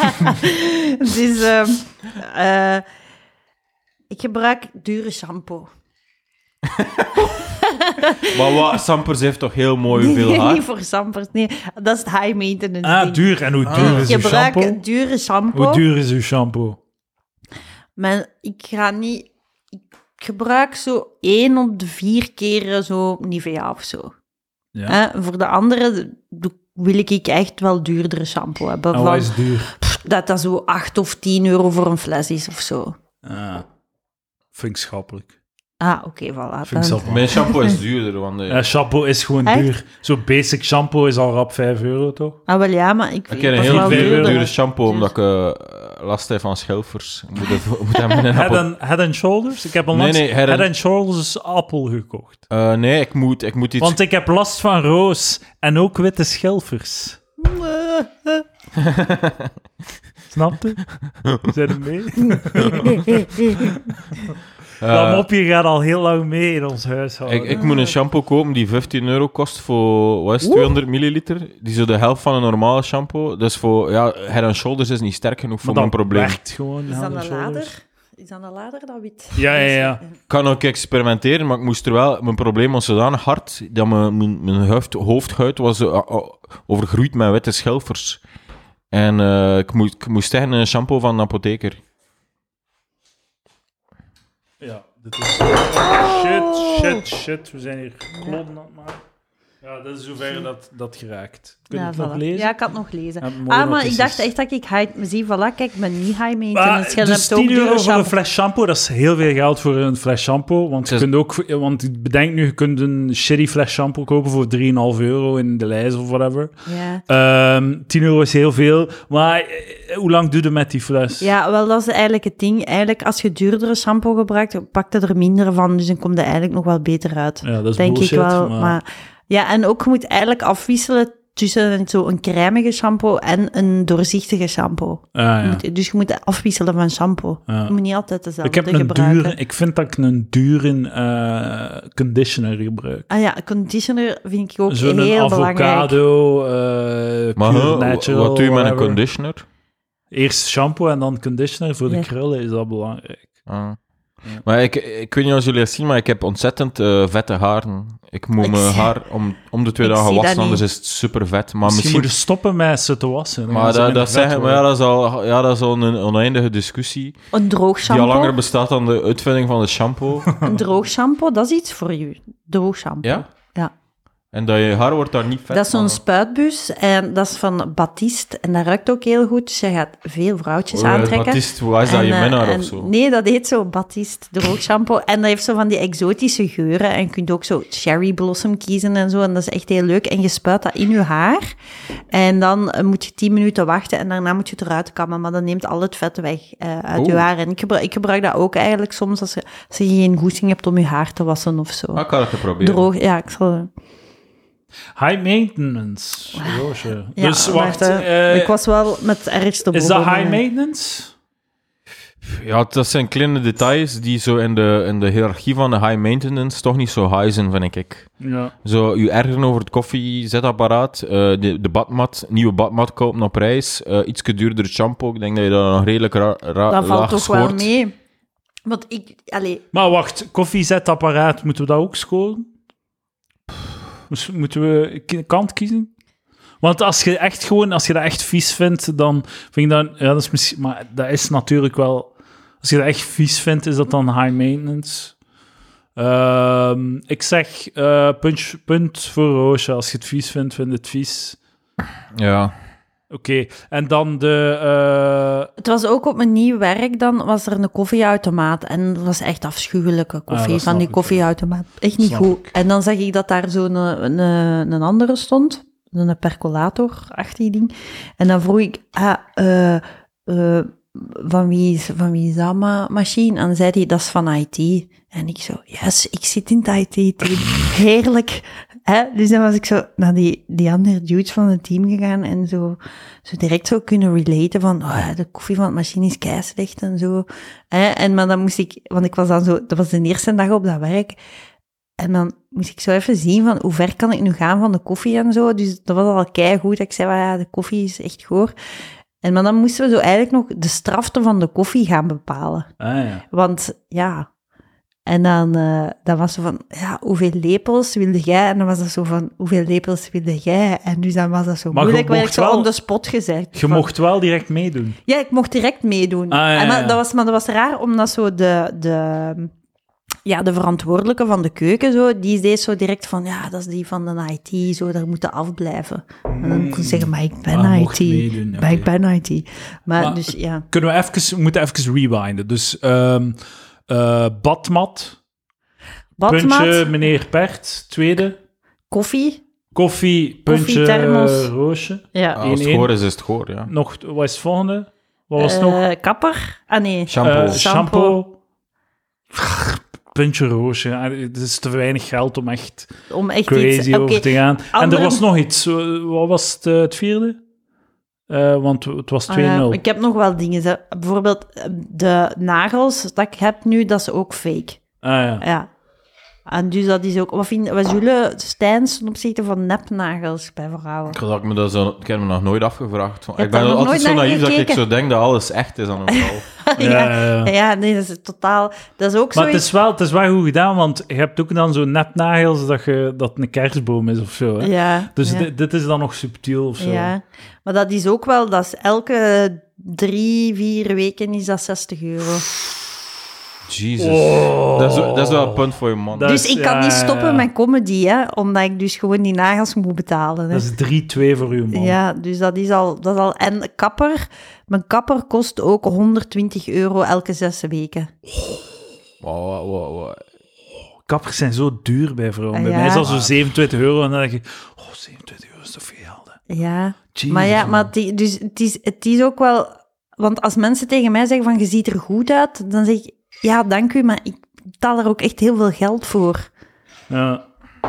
Dus ik gebruik dure shampoo. Maar wat, Sampers heeft toch heel mooi veel Nee, haar? niet voor Sampers, nee. Dat is het high maintenance ding. Duur. En hoe duur is Ik uw shampoo? gebruik dure shampoo. Hoe duur is uw shampoo? Maar ik gebruik zo 1 op de 4 keren zo Nivea of zo. Ja. Voor de andere wil ik echt wel duurdere shampoo hebben. En wat is duur? Dat zo 8 of 10 euro voor een fles is of zo. Vind ik schappelijk. Oké, voilà. Vind ik schappelijk. Mijn shampoo is duurder, want... Shampoo is gewoon Echt? duur. Zo'n basic shampoo is al rap 5 euro, toch? Wel ja, maar ik Ik heb een dat is heel wel dure duurder. shampoo, omdat ik last heb van schelvers. Ik moet hem in een Head and Shoulders? Ik heb onlangs Nee, Head and Shoulders Apple gekocht. nee, ik moet iets... Want ik heb last van roos en ook witte schelvers. Snap je? Zijn er mee? Dat mopje gaat al heel lang mee in ons huishouden. Ik moet een shampoo kopen die €15 kost voor, wat is het, 200 milliliter. Die is zo de helft van een normale shampoo. Dus voor, Head & Shoulders is niet sterk genoeg voor mijn probleem. Maar dat werkt gewoon. Is Head dat & een Shoulders. lader? Is dat een lader dat wit? Ja. Ik kan ook experimenteren, maar ik moest er wel... Mijn probleem was zodanig hard dat mijn hoofdhuid was overgroeid met witte schelfers. En ik moest tegen een shampoo van een apotheker. Ja, dit is... Shit. We zijn hier kloten aan het maken. Ja, dat is zover dat geraakt. Kun je het nog voilà. lezen? Ja, ik had het nog lezen. Ja, mooie Maar notities. ik dacht echt dat ik high... Zie, voilà, kijk, ik ben niet high maintenance. Maar, dus €10 voor een fles shampoo, dat is heel veel geld voor een fles shampoo. Want je kunt ook... Want ik bedenk nu, je kunt een shitty fles shampoo kopen voor €3,5 in de lijst of whatever. Ja. €10 is heel veel. Maar hoe lang doe je met die fles? Ja, wel, dat is eigenlijk het ding. Eigenlijk, als je duurdere shampoo gebruikt, pakt je er minder van. Dus dan komt het eigenlijk nog wel beter uit. Ja, dat is denk bullshit. ik wel. Maar ja, en ook je moet eigenlijk afwisselen tussen zo'n crèmige shampoo en een doorzichtige shampoo. Dus je moet afwisselen van shampoo. Je moet niet altijd dezelfde gebruiken. Ik vind dat ik een dure conditioner gebruik. Ah ja, conditioner vind ik ook Zo'n heel belangrijk. avocado, Maar pure natural, wat doe je met een whatever. conditioner? Eerst shampoo en dan conditioner. Voor de krullen is dat belangrijk. Ja. Maar ik weet niet of jullie het zien, maar ik heb ontzettend vette haren. Ik moet mijn haar om de 2 dagen wassen, anders is het super vet. Maar Misschien moet je stoppen met ze te wassen. Maar dat is al een oneindige discussie. Een droog Die al shampoo. langer bestaat dan de uitvinding van de shampoo. Een droog shampoo, dat is iets voor je. Droog shampoo. Ja? Ja. En dat je haar wordt daar niet vet Dat is zo'n van. spuitbus en dat is van Batiste en dat ruikt ook heel goed. Dus je gaat veel vrouwtjes aantrekken. Batiste, hoe is dat, je minnaar of zo? Nee, dat heet zo Batiste droog shampoo. En dat heeft zo van die exotische geuren. En je kunt ook zo cherry blossom kiezen en zo. En dat is echt heel leuk. En je spuit dat in je haar. En dan moet je 10 minuten wachten en daarna moet je het eruit kammen. Maar dat neemt al het vet weg uit je haar. En ik gebruik dat ook eigenlijk soms als je geen goesting hebt om je haar te wassen of zo. Ik kan het proberen. Droog, ja, ik zal... High maintenance. Roosje. Ja, Dus wacht. ik was wel met het ergste is dat begonnen. high maintenance? Ja, dat zijn kleine details die zo in de hiërarchie van de high maintenance toch niet zo high zijn, vind ik. Ja. Zo, je ergeren over het koffiezetapparaat, de badmat, nieuwe badmat kopen op prijs, iets duurder shampoo. Ik denk dat je dat nog redelijk Dat valt laag toch scoort. wel mee. Want Maar wacht, koffiezetapparaat, moeten we dat ook scoren? Moeten we een kant kiezen? Want als je dat echt vies vindt, dan vind ik dat... Ja, dat is misschien... Maar dat is natuurlijk wel... Als je dat echt vies vindt, is dat dan high maintenance? Ik zeg punt voor Roosje. Als je het vies vindt, vind je het vies. Ja. Oké, en dan de... Het was ook op mijn nieuw werk, dan was er een koffieautomaat. En dat was echt afschuwelijke koffie dat van snap die ik, koffieautomaat. Echt niet Snap goed. ik. En dan zag ik dat daar zo'n een andere stond. Een percolator-achtig ding. En dan vroeg ik, van wie is dat machine? En dan zei hij, dat is van IT. En ik zo, yes, ik zit in het IT-team. Heerlijk. Dus dan was ik zo naar die andere dudes van het team gegaan en zo direct zo kunnen relaten van, de koffie van de machine is keislecht en zo. Maar dan moest ik, want ik was dan zo, dat was de eerste dag op dat werk. En dan moest ik zo even zien van, hoe ver kan ik nu gaan van de koffie en zo. Dus dat was al keigoed. Ik zei, de koffie is echt goor. Maar dan moesten we zo eigenlijk nog de strafte van de koffie gaan bepalen. ja. Want, ja... En dan was ze van, hoeveel lepels wilde jij? En dan was dat zo van, hoeveel lepels wilde jij? En dus dan was dat zo Maar moeilijk, je werd ik mocht zo wel- on the spot gezegd. Je mocht wel direct meedoen. Ja, ik mocht direct meedoen. Maar dat was raar, omdat zo de verantwoordelijke van de keuken, zo, die deed zo direct van, dat is die van de IT, zo, daar moeten afblijven. En dan kon ik zeggen, maar ik ben Maar IT. mocht meedoen, Maar oké. ik ben IT. Maar dus, ja. We moeten even rewinden. Dus badmat, Badmat, puntje meneer Pert, tweede. koffie. Koffie, puntje Koffiethermos. Roosje. Ja. Als het 1-1. goor is het goor, ja. Nog, wat is het volgende? Wat was het nog? Kapper. Ah, nee. Shampoo. Shampoo. Puntje Roosje. Het is te weinig geld om echt Om echt crazy iets... over te gaan. En andere- er was nog iets. Wat was het vierde? Want het was 2-0. Ik heb nog wel dingen. Bijvoorbeeld de nagels dat ik heb nu, dat is ook fake. Ja. En dus dat is ook... Wat zullen Stijns ten opzichte van nepnagels bij vrouwen? Ik heb me nog nooit afgevraagd. Ik hebt ben daar nog altijd nooit zo naar naïef dat ik gekeken? zo denk dat alles echt is aan een vrouw. Ja, nee, dat is totaal... Dat is ook Maar zoiets... het is wel goed gedaan, want je hebt ook dan zo'n nepnagels dat een kerstboom is of zo. Hè? Ja, Dus ja. Dit is dan nog subtiel of zo. Ja, maar dat is ook wel... Dat is elke 3-4 weken is dat €60. Jesus. Oh. Dat is wel een punt voor je man. Dat- Dus is- ik kan ja, niet ja, stoppen ja. met comedy, hè, omdat ik dus gewoon die nagels moet betalen. Hè. Dat is 3-2 voor uw man. Ja, dus dat is al... En kapper... Mijn kapper kost ook €120 elke 6 weken. Wow. Kappers zijn zo duur bij vrouwen. Bij Ja. mij is dat zo €27 en dan denk je... Oh, €27 is toch veel geld, hè? Ja, Jezus, maar ja, man. maar het is ook wel... Want als mensen tegen mij zeggen van, je ziet er goed uit, dan zeg ik, ja, dank u, maar ik betaal er ook echt heel veel geld voor. Ja.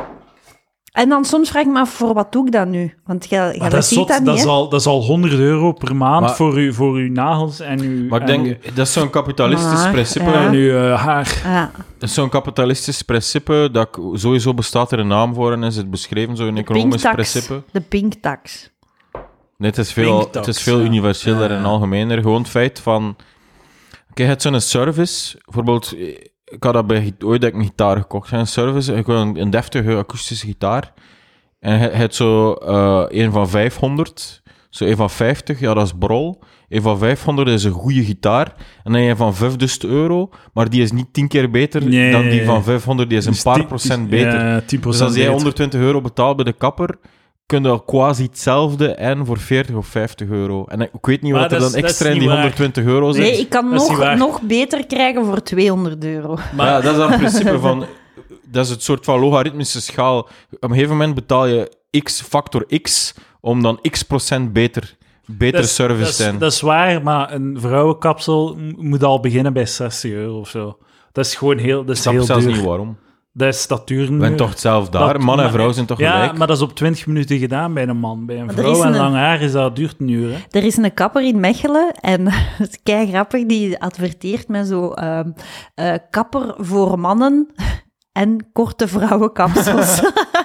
En dan soms vraag ik me af, voor wat doe ik dat nu? Want jij Maar dat is ziet zot, dat niet, hè? dat is al €100 per maand Maar- voor uw nagels en uw... Maar ik en denk, dat is zo'n kapitalistisch Maar, principe. ja. En uw haar. Ja, Dat is zo'n kapitalistisch principe, dat sowieso bestaat er een naam voor en is het beschreven, zo'n economisch pinktax. principe. De pinktax. Nee, het is Pinktax, het is veel ja. universeler Ja. en algemener. Gewoon het feit van... Kijk, het is zo'n service. Bijvoorbeeld, ik had dat ooit heb ik een gitaar gekocht. Een service, ik wil een deftige akoestische gitaar. En je hebt zo een van 500, zo een van 50, ja, dat is brol. Een van 500 is een goede gitaar. En dan een van €5.000, maar die is niet 10 keer beter Nee. dan die van 500. Die is een paar procent beter. Ja, 10% Dus als jij beter. €120 betaalt bij de kapper, kun je al quasi hetzelfde en voor €40 of €50. En ik weet niet Maar wat er dat dan is- dat extra is in die niet waar. €120 zit. Nee, ik kan dat is niet waar. nog beter krijgen voor €200. Maar- Ja, dat is dan het principe van... Dat is het soort van logaritmische schaal. Op een gegeven moment betaal je x factor x om dan x% betere service te zijn. Dat is waar, maar een vrouwenkapsel moet al beginnen bij €60 of zo. Dat is gewoon heel, dat Ik is snap heel zelfs duur. niet waarom. Dat is statuur Ik ben toch zelf daar. Man en vrouw zijn toch ja, gelijk? maar dat is op 20 minuten gedaan bij een man. Bij een Maar er vrouw is en een- lang haar is dat duurt een uur. Hè? Er is een kapper in Mechelen en het is kei grappig, die adverteert met zo kapper voor mannen en korte vrouwenkapsels.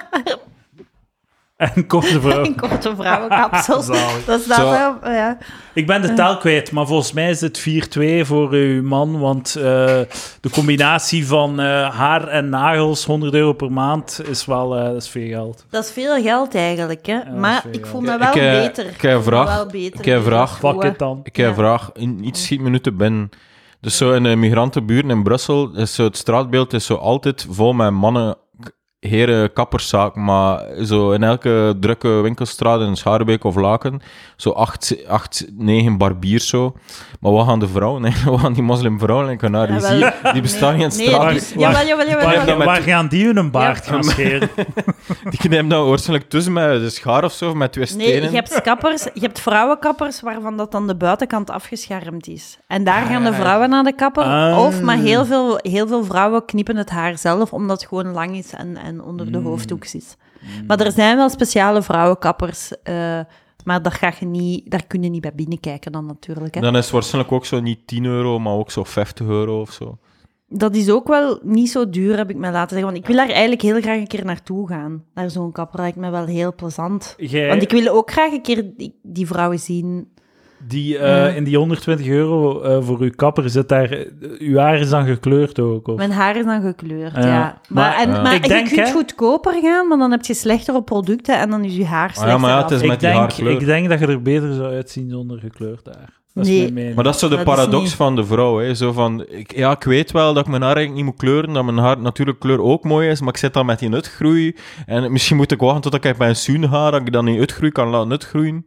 En korte vrouw. en korte vrouwenkapsels. Zalig. Dat is dat Zo. wel, ja. Ik ben de tel kwijt, maar volgens mij is het 4-2 voor uw man, want de combinatie van haar en nagels, €100 per maand, is wel dat is veel geld. Dat is veel geld eigenlijk, hè. dat Maar is veel ik geld. vond dat wel Ik, beter. ik heb een vraag. Wel beter. Ik heb een vraag. Fuck it dan. Ik heb een Ja. vraag. In iets schietminuten binnen. Dus zo in de migrantenbuurt in Brussel, is zo het straatbeeld is zo altijd vol met mannen, heren, kapperszaak, maar zo in elke drukke winkelstraat in Schaarbeek of Laken, zo 8, 9 barbiers zo. Maar wat gaan de vrouwen? Nee, wat gaan die moslimvrouwen? Ik kan die Ja, zie wel. je, die bestaan niet in Nee, straat. dus, jawel. dat met- Waar gaan die hun baard Ja. gaan scheren? Die knijpen dan waarschijnlijk tussen met de schaar of zo, of met 2 Nee, stenen. je hebt vrouwenkappers waarvan dat dan de buitenkant afgeschermd is. En daar gaan de ja. vrouwen naar de kapper. Ah. Of, maar heel veel vrouwen knippen het haar zelf, omdat het gewoon lang is en onder de hoofddoek zit. Maar er zijn wel speciale vrouwenkappers, maar daar kun je niet bij binnenkijken dan natuurlijk. Hè. Dan is het waarschijnlijk ook zo niet €10, maar ook zo €50 of zo. Dat is ook wel niet zo duur, heb ik mij laten zeggen. Want ik wil daar eigenlijk heel graag een keer naartoe gaan. Naar zo'n kapper lijkt me wel heel plezant. Want ik wil ook graag een keer die vrouwen zien. Die, in die €120 voor uw kapper zit daar... uw haar is dan gekleurd ook? Of? Mijn haar is dan gekleurd, Ja. ja. Maar ik je denk, kunt hè, goedkoper gaan, maar dan heb je slechtere producten en dan is je haar slechter maar ja, het is af. met die haarkleur. ik denk dat je er beter zou uitzien zonder gekleurd haar. Dat is Nee. mijn mening. Maar dat is zo de Dat is paradox niet- van de vrouw. Hè. Zo van, ik weet wel dat ik mijn haar eigenlijk niet moet kleuren, dat mijn haar natuurlijk kleur ook mooi is, maar ik zit dan met die uitgroei. En misschien moet ik wachten tot ik bij pensioen ga, dat ik dan die uitgroei kan laten uitgroeien.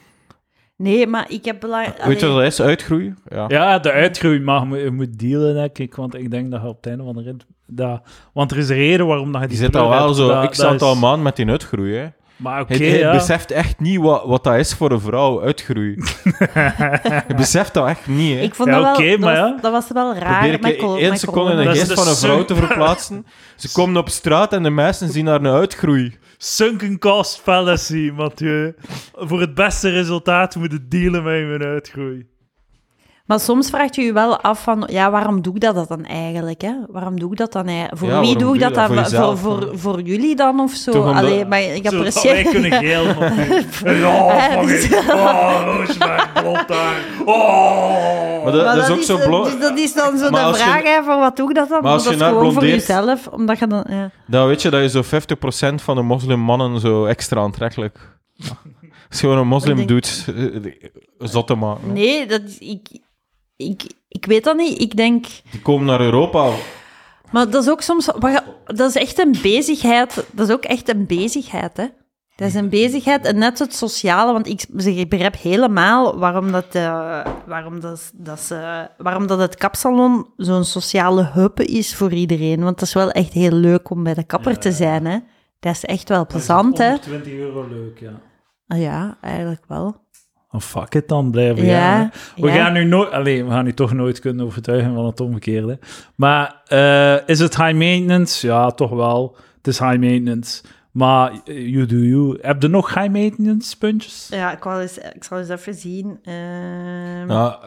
Nee, maar ik heb... Weet je wat dat is? Uitgroeien? Ja. Ja, de uitgroei, maar je moet dealen, denk ik. Want ik denk dat je op het einde van de rit... Want er is een reden waarom dat je Die die zit al kleur wel hebt. zo... Dat- ik dat zat is- al een maand met die uitgroei. Hè. Maar oké, Hij ja. beseft echt niet wat dat is voor een vrouw, uitgroei. Hij beseft dat echt niet, hè. Ik vond Ja, dat wel... oké, maar ja. Dat was wel raar. Probeer met ik col- 1 met seconde in corona. de Dat is geest de van een vrouw sunk. te verplaatsen. Ze komen op straat en de mensen zien daar een uitgroei. Sunken cost fallacy, Mathieu. Voor het beste resultaat moeten dealen met mijn uitgroei. Maar soms vraag je je wel af van, ja, waarom doe ik dat dan eigenlijk? Hè? Waarom doe ik dat dan eigenlijk? Voor Ja, wie waarom doe ik doe je dat dat? dan? Voor jezelf, Voor jullie dan of zo? Toch omdat- Allee, maar ik Zodat apprecieer... wij kunnen geel, Mathieu. Ja, fucking... Oh, roosmaak, blond haar. Oh. Maar dat Maar is ook zo blond. Dus dat is dan zo Maar de als je- vraag, hè, van wat doe ik dat dan? Maar als dat je is naar gewoon voor blondeert- jezelf, omdat je dan... Ja. Dan weet je dat je zo 50% van de moslimmannen zo extra aantrekkelijk... Als je gewoon een moslim Ik doet, zotte maken. Nee, ik weet dat niet. Ik denk... Die komen naar Europa. Maar dat is ook soms... Dat is echt een bezigheid. Dat is ook echt een bezigheid, hè. Dat is een bezigheid en net het sociale, want ik begrijp helemaal waarom dat het kapsalon zo'n sociale hub is voor iedereen. Want dat is wel echt heel leuk om bij de kapper te zijn, hè. Dat is echt wel plezant, hè. 20 euro leuk, ja. Ah ja, eigenlijk wel. Oh, fuck it dan, blijven Ja, gaan. hè. We ja. gaan nu nooit... Allee, we gaan nu toch nooit kunnen overtuigen van het omgekeerde. Maar is het high maintenance? Ja, toch wel. Het is high maintenance. Maar you do you. Heb je nog high maintenance puntjes? Ja, ik zal eens even zien. Ja,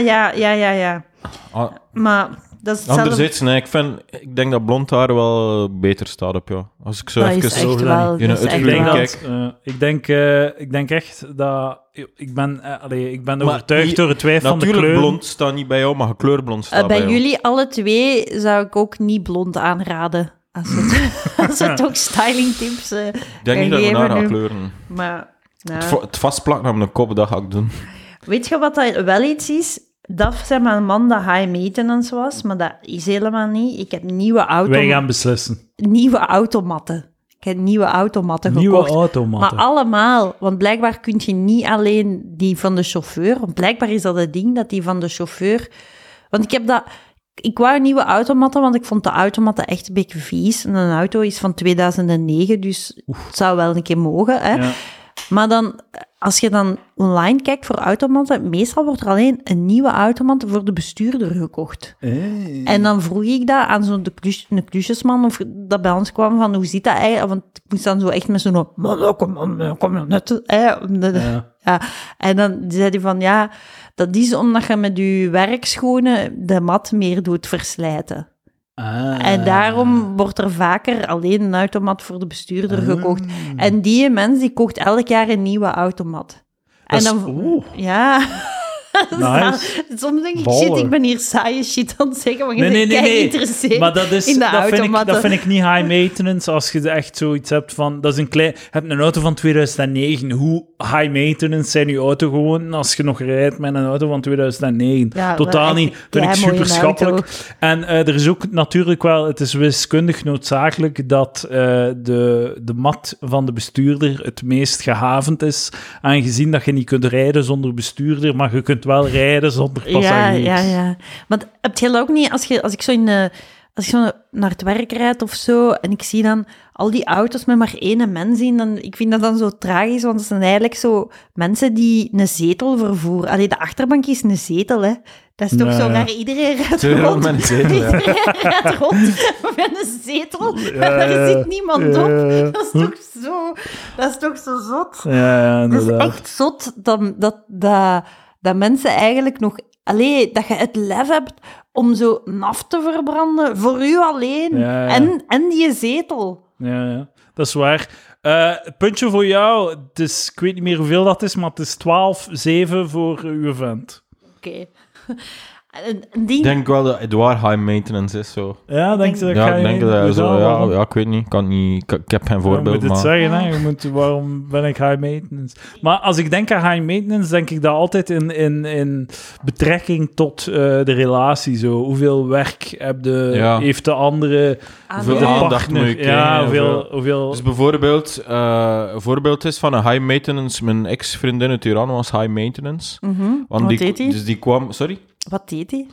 Ja. Maar dat is hetzelfde... anderzijds, nee, ik denk dat blond haar wel beter staat op jou. Als ik zo Dat even... is echt zo wel... in dat is het echt uitgroeien wel- kijk. Ik denk echt dat... Ik ben Maar overtuigd door het twijfel van de Natuurlijk, kleur. blond staat niet bij jou, maar kleurblond staat bij jou. jullie alle twee zou ik ook niet blond aanraden. Als we toch stylingtips Ik denk niet dat we geven naar gaan nu. kleuren. Maar, nou, Het vastplakken op mijn kop, dat ga ik doen. weet je wat dat wel iets is? Dat zei mijn man dat high maintenance was, maar dat is helemaal niet. Ik heb Wij gaan beslissen. nieuwe automatten. Ik heb nieuwe automatten Nieuwe gekocht. automatten. Maar allemaal, want blijkbaar kun je niet alleen die van de chauffeur, want blijkbaar is dat het ding, dat die van de chauffeur... Want ik wou nieuwe automatten, want ik vond de automatten echt een beetje vies. En een auto is van 2009, dus het zou wel een keer mogen. Hè? Ja. Maar dan, als je dan online kijkt voor automatten, meestal wordt er alleen een nieuwe automat voor de bestuurder gekocht. En dan vroeg ik dat aan zo'n een klusjesman, of dat bij ons kwam, van hoe zit dat eigenlijk? Want ik moest dan zo echt met zo'n... Kom je net... Ja. En dan zei hij van, ja, dat is omdat je met je werkschoenen de mat meer doet verslijten. En daarom wordt er vaker alleen een automat voor de bestuurder gekocht. En die mens, die kocht elk jaar een nieuwe automat. Dat is- En dan... oeh. Ja... Nice. Soms denk ik, Baller. shit, ik ben hier saaie shit aan het zeggen, maar je Nee. bent geïnteresseerd Maar dat, is, in de dat, vind ik, automatten. dat vind ik niet high maintenance als je echt zoiets hebt van... Dat is een klein... Je hebt een auto van 2009. Hoe high maintenance zijn je auto gewoon als je nog rijdt met een auto van 2009? Ja, Totaal wel niet. echt Vind ik een super keimooie schappelijk. auto. En er is ook natuurlijk wel... Het is wiskundig noodzakelijk dat de mat van de bestuurder het meest gehavend is, aangezien dat je niet kunt rijden zonder bestuurder, maar je kunt wel rijden zonder passagiers. Ja. Want heb je dat ook niet, als ik zo naar het werk rijd of zo, en ik zie dan al die auto's met maar één mens in, dan, ik vind dat dan zo tragisch, want het zijn eigenlijk zo mensen die een zetel vervoeren. Allee, de achterbank is een zetel, hè. Dat is toch Ja. zo raar, iedereen rijdt Twee rond. met een zetel, ja. Iedereen rijdt rond met een zetel, en daar zit niemand op. Dat is toch zo zot? Ja, Dat is inderdaad. echt zot dat mensen eigenlijk nog... Allee, dat je het lef hebt om zo naf te verbranden voor u alleen. Ja. En die zetel. Ja, dat is waar. Puntje voor jou. Het is, ik weet niet meer hoeveel dat is, maar het is 12-7 voor uw event. Oké. Een ding... Ik denk wel dat Edouard high maintenance is, zo. Ja, denk je dat Ja, ga ik je denk dat hij niet zo... doen? Waarom? Ja, ik weet niet. Ik heb geen Je voorbeeld, moet het maar... zeggen, hè. Je moet, waarom ben ik high maintenance? Maar als ik denk aan high maintenance, denk ik dat altijd in betrekking tot de relatie. Zo. Hoeveel werk heeft de andere... Hoeveel de aandacht moet je krijgen, Ja, hoeveel- hoeveel... Dus bijvoorbeeld, een voorbeeld is van een high maintenance. Mijn ex-vriendin uit Iran was high maintenance. Want Wat deed hij? Dus die kwam... Sorry? Wat deed hij?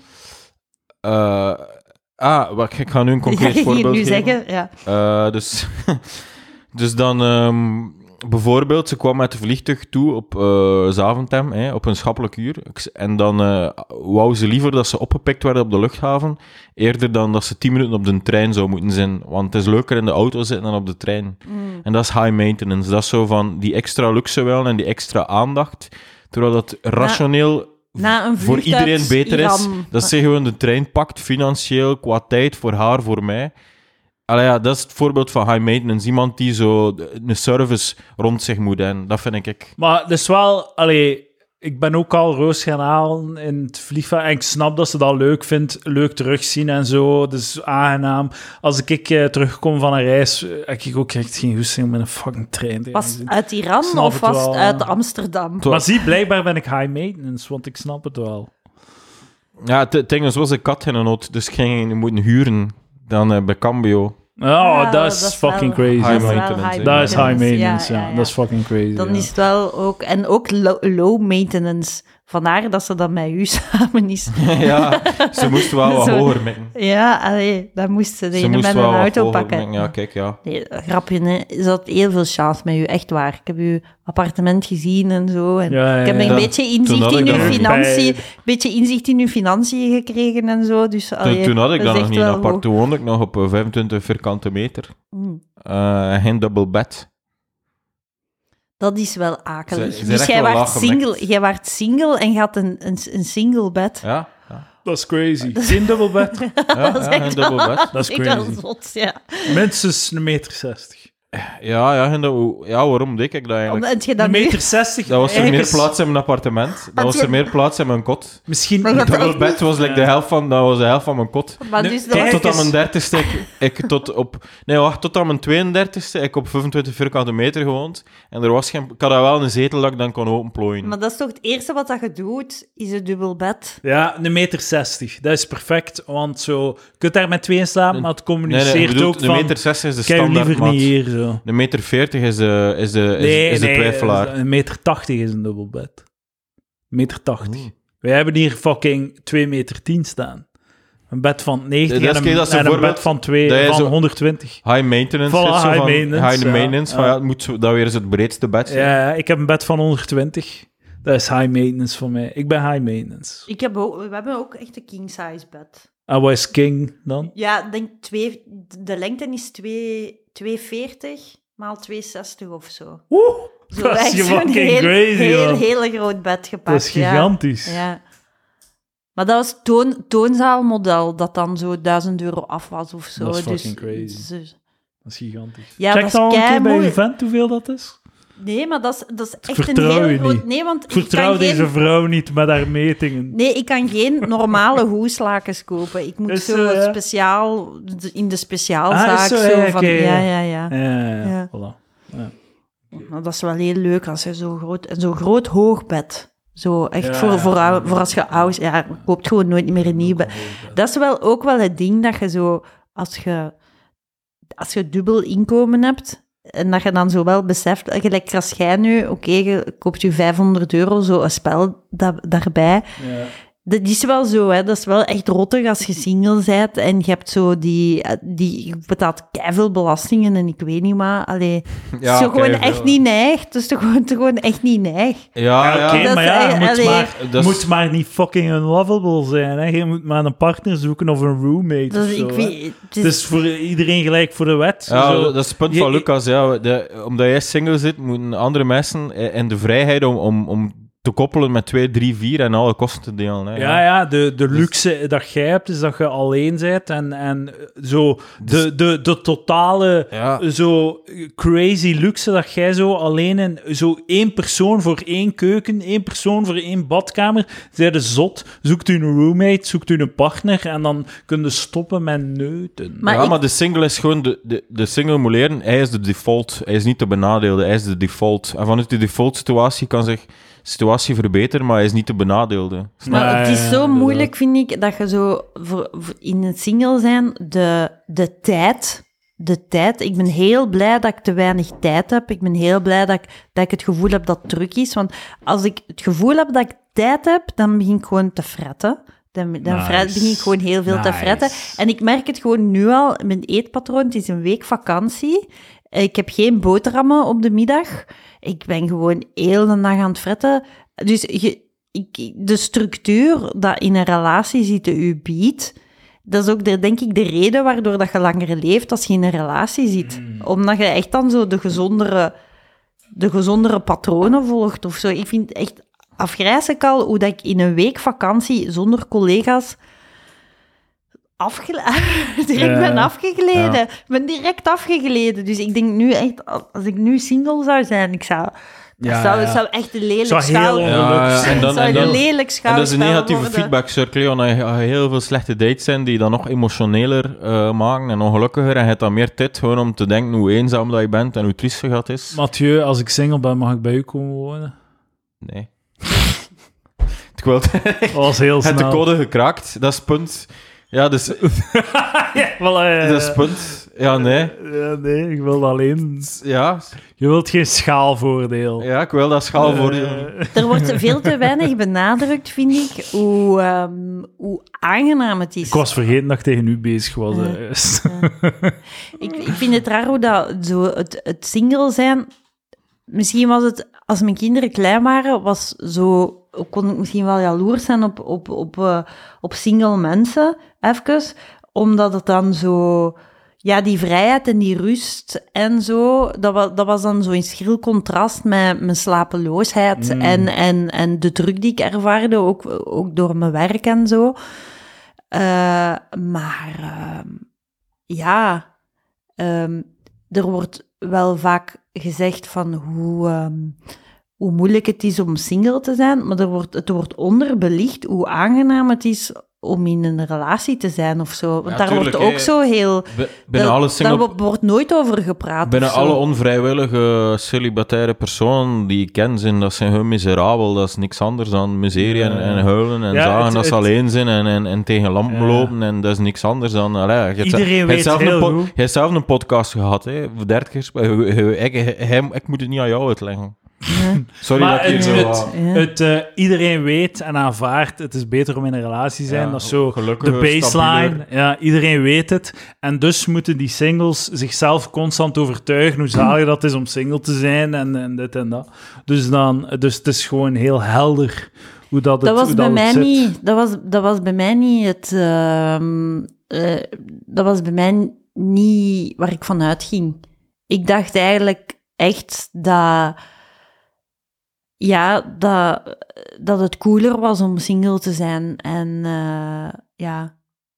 Ik ga nu een concreet Ja, je voorbeeld nu geven. zeggen, ja. Dus dan bijvoorbeeld, ze kwam met de vliegtuig toe op Zaventem, op een schappelijk uur. En dan wou ze liever dat ze opgepikt werden op de luchthaven, eerder dan dat ze 10 minuten op de trein zou moeten zijn. Want het is leuker in de auto zitten dan op de trein. En dat is high maintenance. Dat is zo van die extra luxe wel en die extra aandacht. Terwijl dat rationeel Na een voor vlucht iedereen uit beter Iran. is. Dat ze gewoon de trein pakt, financieel, qua tijd, voor haar, voor mij. Allee, ja, dat is het voorbeeld van high maintenance. Iemand die zo een service rond zich moet hebben. Dat vind ik. Maar het is wel... Allee, ik ben ook al Roos gaan halen in het vliegveld. En ik snap dat ze dat leuk vindt. Leuk terugzien en zo. Dus aangenaam. Als ik terugkom van een reis, heb ik ook echt geen goesting om met een fucking trein te gaan Was zien. uit Iran Snap of het was wel, het ja. uit Amsterdam? Maar zie, blijkbaar ben ik high maintenance, want ik snap het wel. Ja, het ding is, was ik had geen nood, dus ik ging moeten huren. Dan bij Cambio. Oh, Ja, dat is fucking wel- crazy. High dat is wel maintenance, high hè. Dat is high maintenance, maintenance, ja. ja. Dat is fucking crazy. Dan ja. is het wel ook... En ook low maintenance. Vandaar dat ze dan met u samen is. Ja, ze moest wel wat Zo. hoger mikken. Ja, allee, dan moest ze de Ze ene moest met wel een wat auto hoger pakken. mikken. Ja, kijk, ja. Nee, grapje, hè. Ze had heel veel chance met u, echt waar. Ik heb uw appartement gezien en zo. En Ja, ik heb ja, een ja. beetje Toen inzicht had in ik uw dat nog financiën, bij- beetje inzicht in uw financiën gekregen en zo. Dus, Toen had ik dat nog echt niet wel apart. goed. Toen woonde ik nog op 25 vierkante meter. Mm. Geen double bed. Dat is wel akelig. Ze Dus echt jij wel waart laag gemekt. single, en je had een single bed. Ja, ja. Dat is crazy. Geen dubbel bed. Ja, Dat is geen echt double wel- bed. Dat is ik wel crazy. zot, ja. Minstens 1,60 meter. Ja, waarom deed ik dat eigenlijk? Omdat je dat 1,60 nu... meter. Dat was er Eigenlijk meer plaats in mijn appartement. Dat was je- er meer plaats in mijn kot. Misschien... Maar je Het had double echt bed was like de helft van mijn kot. Maar Nu, dus dat kijk, was- Tot aan is- mijn 30ste, tot aan mijn 32ste, ik op 25 vierkante meter gewoond. En er was ik had daar wel een zetel dat ik dan kon openplooien. Maar dat is toch het eerste wat dat je doet, is een dubbel bed. Ja, 1,60 meter. Dat is perfect, want zo... Je kunt daar met twee in slapen, maar het communiceert ook de van... meter 60 is de Kijk, standaard liever maat. niet hier, zo. De meter 40 is de twijfelaar. 1,80 meter is een dubbelbed. 1,80 meter. Oeh. Wij hebben hier fucking 2,10 meter staan. Een bed van 90 Dat is- en kijk, dat is een een voorbeeld bed van, dat je zo- 120. High maintenance. Voilà, zit zo high van- maintenance, High ja. maintenance. Van, Ja. ja, het moet dat weer eens het breedste bed zijn. Ja, ik heb een bed van 120. Dat is high maintenance voor mij. Ik ben high maintenance. We hebben ook echt een king-size bed. En wat is king dan? Ja, ik denk de lengte is 2,40 maal 2,60 of zo. Oeh, Zo dat is echt zo'n fucking heel, crazy, man. heel groot bed gepakt. Dat is ja. gigantisch. Ja. Maar dat was toonzaalmodel, dat dan zo €1.000 af was of zo. Dat is dus, fucking crazy. dus- Dat is gigantisch. Ja, Check dat is dan een keer bij keimooi. je vent hoeveel dat is. Nee, maar dat is echt een vertrouw heel je groot... niet. Nee, want Ik vertrouw kan deze geen... vrouw niet met haar metingen. Nee, ik kan geen normale hoeslakens kopen. Ik moet Is zo zo, ja? speciaal... In de speciaalzaak Ah, is zo, zo ja, van... oké, ja. Ja. Ja. Voilà. Maar dat is wel heel leuk als je zo'n groot hoog bed... Zo echt Ja, voor als je oud... Ja, je koopt gewoon nooit meer een nieuw bed. Dat is wel ook wel het ding dat je zo... Als je dubbel inkomen hebt... En dat je dan zo wel beseft... Gelijk als jij nu... Oké, je koopt je €500 zo een spel daarbij... Ja. Dat is wel zo, hè. Dat is wel echt rottig als je single bent en je hebt zo je betaalt keiveel belastingen en ik weet niet maar. Allee, het is toch gewoon keiveel. echt niet neig. Het is toch gewoon echt niet neig. Ja, Ja, oké, dat maar is- ja, je moet, allee, maar, dat is- moet maar niet fucking unlovable zijn. Hè. Je moet maar een partner zoeken of een roommate Dat of is, zo. ik hè. weet, het Het is voor iedereen gelijk voor de wet. Ja, Zo. dat is het punt Je- van Lucas. Ja. Omdat jij single zit, moeten andere mensen in de vrijheid om te koppelen met 2, 3, 4 en alle kosten te delen. Hè. Ja, de luxe dat jij hebt, is dat je alleen bent en zo de totale Ja. zo crazy luxe dat jij zo alleen in zo 1 persoon voor 1 keuken, 1 persoon voor 1 badkamer, zij de zot, zoekt u een roommate, zoekt u een partner en dan kun je stoppen met neuten. Maar ja, ik- maar de single is gewoon... De single moet leren, hij is de default. Hij is niet de benadeelde, hij is de default. En vanuit die default situatie kan zich situatie verbeteren, maar hij is niet de benadeelde. Maar het is Ja, zo inderdaad. moeilijk, vind ik, dat je zo in het single zijn, de tijd. Ik ben heel blij dat ik te weinig tijd heb. Ik ben heel blij dat ik het gevoel heb dat het druk is. Want als ik het gevoel heb dat ik tijd heb, dan begin ik gewoon te fretten. Dan Nice. begin ik gewoon heel veel te Nice. fretten. En ik merk het gewoon nu al, mijn eetpatroon, het is een week vakantie. Ik heb geen boterhammen op de middag. Ik ben gewoon heel de dag aan het fretten. Dus de structuur dat in een relatie zitten u biedt, dat is ook, denk ik, de reden waardoor dat je langer leeft als je in een relatie zit. Omdat je echt dan zo de gezondere patronen volgt of zo. Ik vind het echt afgrijselijk al hoe dat ik in een week vakantie zonder collega's direct ben afgegleden. Ja. Ik ben direct afgegleden. Dus ik denk nu echt, als ik nu single zou zijn, het zou echt een lelijk Zou heel schouw ongelukkig zijn. en dan- een lelijk En dat is een schouwspel negatieve worden. feedback circle, want je heel veel slechte dates zijn die dan nog emotioneler maken en ongelukkiger. En je hebt dan meer tijd gewoon om te denken hoe eenzaam dat je bent en hoe triestig dat is. Mathieu, als ik single ben, mag ik bij u komen wonen? Nee. Ik wil Dat was heel het de snel. code gekraakt, dat is het punt. Ja, dus Ja, voilà, dat is het punt. Ja, nee. nee, ik wil alleen... Ja, Je wilt geen schaalvoordeel. ja, ik wil dat schaalvoordeel. Er wordt veel te weinig benadrukt, vind ik, hoe aangenaam het is. Ik was vergeten dat ik tegen u bezig was. Juist. Ik vind het raar hoe dat zo het single zijn... Misschien was het, als mijn kinderen klein waren, kon ik misschien wel jaloers zijn op single mensen, even. Omdat het dan zo... Ja, die vrijheid en die rust en zo, dat was dan zo in schril contrast met mijn slapeloosheid en de druk die ik ervaarde, ook door mijn werk en zo. Er wordt wel vaak gezegd van hoe moeilijk het is om single te zijn, maar het wordt onderbelicht hoe aangenaam het is om in een relatie te zijn of zo. Want Ja, daar tuurlijk, wordt ook zo heel... Binnen alle single... Daar wordt nooit over gepraat. Binnen of zo. alle onvrijwillige celibataire personen die ik ken, dat zijn gewoon miserabel. Dat is niks anders dan miserie en huilen en Ja, zagen het- dat ze het- alleen zijn en tegen lampen Ja. lopen. En dat is niks anders dan... Iedereen weet heel goed. Je hebt zelf een podcast gehad, hè, voor 30 keer. Ik moet het niet aan jou uitleggen. Sorry Maar dat ik hier zo... iedereen weet en aanvaardt, het is beter om in een relatie te zijn. Ja, dat is zo gelukkiger, de baseline. stabieler. Ja, iedereen weet het. En dus moeten die singles zichzelf constant overtuigen hoe zalig dat is om single te zijn en dit en dat. Dus het is gewoon heel helder hoe dat het Dat was hoe bij dat mij het zit. niet... Dat was bij mij niet het... dat was bij mij niet waar ik van uitging. Ik dacht eigenlijk echt dat... Ja, dat het cooler was om single te zijn. En ja...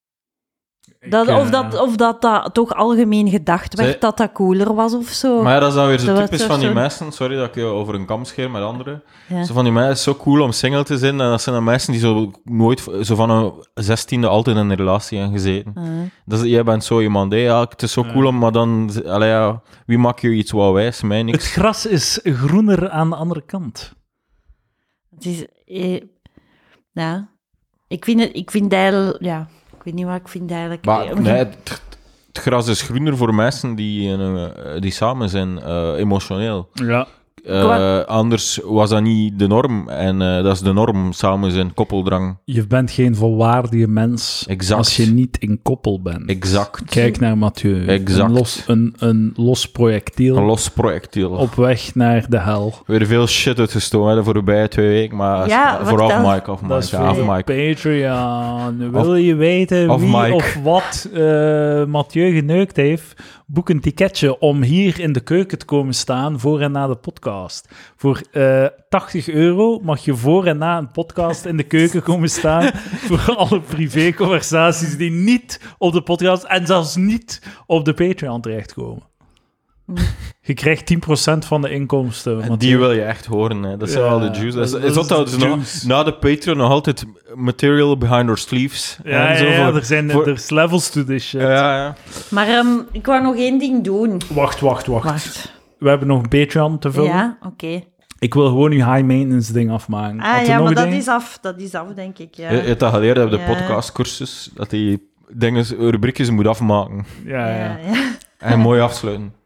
Of dat toch algemeen gedacht werd dat cooler was of zo. Maar ja, dat is dan weer zo Dat was typisch toch van die zo- mensen. Sorry dat ik je over een kam scheer met anderen. Ja. Zo van die mensen, het is zo cool om single te zijn. En dat zijn dan mensen die zo nooit, zo van een 16e altijd in een relatie hebben gezeten. Jij bent zo iemand, hè. Ja, het is zo cool om, maar dan, allee, ja, wie maakt je iets wat wijs? Mij Het niks. gras is groener aan de andere kant. Het is... ja. Ik vind eigenlijk... Ja, ik weet niet wat ik vind eigenlijk. Maar nee, het gras is groener voor mensen die samen zijn, emotioneel. Ja. Anders was dat niet de norm. En dat is de norm, samen zijn, koppeldrang. Je bent geen volwaardige mens Exact. als je niet in koppel bent. Exact. Kijk naar Mathieu. Exact. Een los projectiel Een los projectiel. op weg naar de hel. Weer veel shit uitgestoken hè, de voorbije 2 weken, maar Ja, vooral vertel. off Dat is mic. Ja, off voor mic. Patreon. Wil je weten Off wie mic. of wat Mathieu geneukt heeft? Boek een ticketje om hier in de keuken te komen staan voor en na de podcast. Voor €80 mag je voor en na een podcast in de keuken komen staan voor alle privé-conversaties die niet op de podcast en zelfs niet op de Patreon terechtkomen. Je krijgt 10% van de inkomsten. En Mathieu. die wil je echt horen, hè. Dat is Ja, wel de juice. dat Is dat is dus de nog, juice. na de Patreon nog altijd material behind our sleeves? Ja, en zo ja, voor- er is levels to this shit. ja. Maar ik wou nog één ding doen. Wacht. Wacht. We hebben nog een Patreon te vullen. Ja, oké. Ik wil gewoon uw high maintenance ding afmaken. Had Ah er ja, nog maar een dat ding? is af. Dat is af, denk ik. Ja. Je hebt dat geleerd op de Ja. podcastcursus, dat die dingen, rubriekjes moet afmaken. Ja. ja. En mooi afsluiten.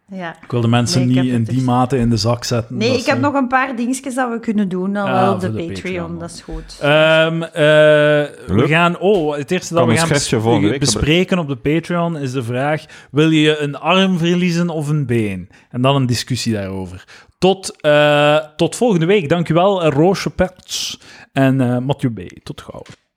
Ja. Ik wil de mensen Nee, ik niet heb in het die dus- mate in de zak zetten. Nee, dat ik heb ze- nog een paar dingetjes dat we kunnen doen dan wel op de voor de Patreon. Patreon. Dat is goed. We gaan... het eerste dat Kan we een gaan schriftje volgende week bespreken op de Patreon is de vraag: wil je een arm verliezen of een been? En dan een discussie daarover. Tot volgende week. Dankjewel, Roosje Perts en Mathieu B. Tot gauw.